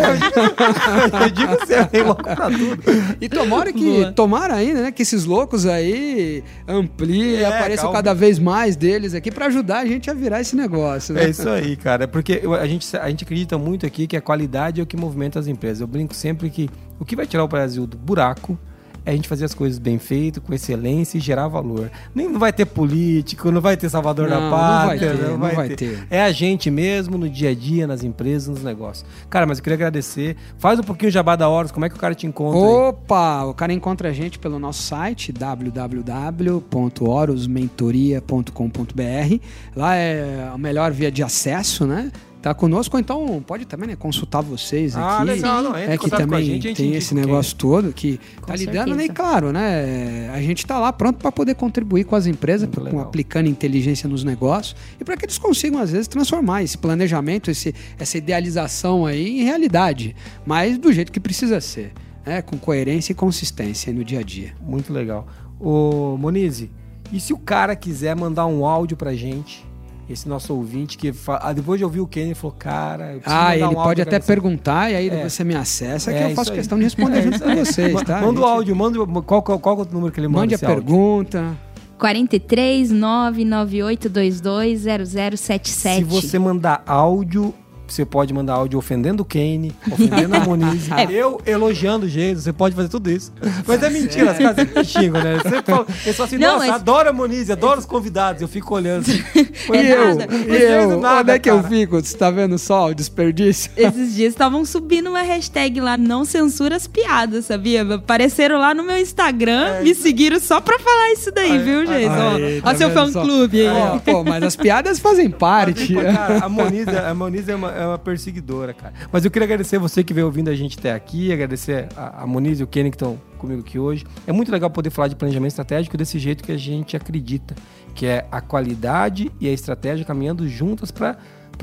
vê? eu digo você, tem louco pra tudo. E tomara que, Boa. tomara ainda, né, que esses loucos aí ampliem, É, apareçam calma. cada vez mais deles aqui pra ajudar a gente a virar esse negócio, né? É isso aí, cara. É porque eu- a gente, a gente acredita muito aqui que a qualidade é o que movimenta as empresas. Eu brinco sempre que o que vai tirar o Brasil do buraco é a gente fazer as coisas bem feitas, com excelência e gerar valor. Nem não vai ter político, não vai ter salvador Não, da não vai pátria. ter, não vai ter. É a gente mesmo no dia a dia, nas empresas, nos negócios. Cara, mas eu queria agradecer. Faz um pouquinho o jabá da Horus, como é que o cara te encontra aí? Opa! O cara encontra a gente pelo nosso site w w w ponto horus mentoria ponto com ponto b r. Lá é a melhor via de acesso, né? Tá conosco, ou então pode também, né, consultar vocês Ah, aqui. legal, não, entra em É que contato com a também gente, a gente tem indica esse quem. negócio todo que Com tá lidando, né? E certeza. claro, né? A gente tá lá pronto para poder contribuir com as empresas, Muito com, legal. aplicando inteligência nos negócios e para que eles consigam às vezes transformar esse planejamento, esse, essa idealização aí em realidade, mas do jeito que precisa ser, né? Com coerência e consistência aí no dia a dia. Muito legal. Ô, Monize, e se o cara quiser mandar um áudio pra gente, esse nosso ouvinte, que fa... ah, depois de ouvir o Kenny, ele falou, cara... eu preciso Ah, mandar ele um pode áudio, até cara, assim. perguntar e aí É. você me acessa que É, eu isso faço aí. questão de responder junto com vocês, tá? Manda o Gente, áudio, manda o- qual, qual, qual é o número que ele manda Mande a esse áudio? pergunta. quarenta e três, nove nove oito dois dois, zero zero sete sete. Se você mandar áudio, você pode mandar áudio ofendendo o Kenny, ofendendo a Monize, eu elogiando o Jesus, você pode fazer tudo isso. Mas é mentira, os caras sempre me xingam, né? Sempre falam, eu só assim, Não, nossa, mas- adoro a Monize, adoro os convidados, eu fico olhando assim. É E eu, nada. e Não fez eu, nada, onde é que eu cara. fico? Você tá vendo só o desperdício? Esses dias estavam subindo uma hashtag lá, não censura as piadas, sabia? Apareceram lá no meu Instagram, me seguiram só pra falar isso daí, Aí, viu, aí, gente? Ó, aí, ó tá seu vendo só? fã-clube aí. Ó, pô, mas as piadas fazem parte. Cara, a Monize, a Monize é, uma, é uma perseguidora, cara. Mas eu queria agradecer você que veio ouvindo a gente até aqui, agradecer a, a Monize e o Kenny que estão comigo aqui hoje. É muito legal poder falar de planejamento estratégico desse jeito que a gente acredita, que é a qualidade e a estratégia caminhando juntas para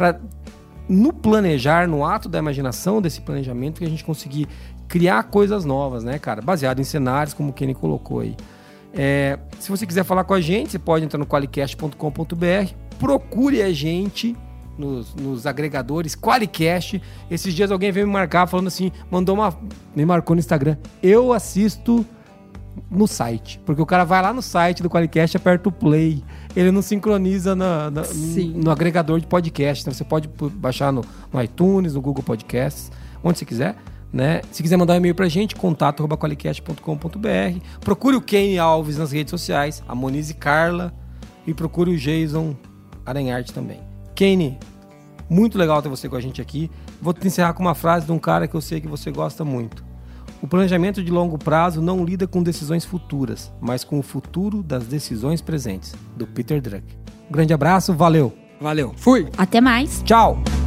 no planejar, no ato da imaginação desse planejamento, que a gente conseguir criar coisas novas, né, cara? Baseado em cenários, como o Kenny colocou aí. É, se você quiser falar com a gente, você pode entrar no qualicast ponto com ponto b r, procure a gente nos, nos agregadores Qualicast. Esses dias alguém veio me marcar falando assim, mandou uma, me marcou no Instagram, eu assisto no site, porque o cara vai lá no site do Qualicast, aperta o play, ele não sincroniza na, na- Sim. no agregador de podcast, então você pode baixar no, no iTunes, no Google Podcasts, onde você quiser, né? Se quiser mandar um e-mail pra gente, contato arroba qualicast ponto com ponto b r. Procure o Kenny Alves nas redes sociais, a Monize Carla, e procure o Jason Aranharte também. Kenny, muito legal ter você com a gente aqui. Vou te encerrar com uma frase de um cara que eu sei que você gosta muito. O planejamento de longo prazo não lida com decisões futuras, mas com o futuro das decisões presentes, do Peter Drucker. Um grande abraço, valeu. Valeu. Fui. Até mais. Tchau.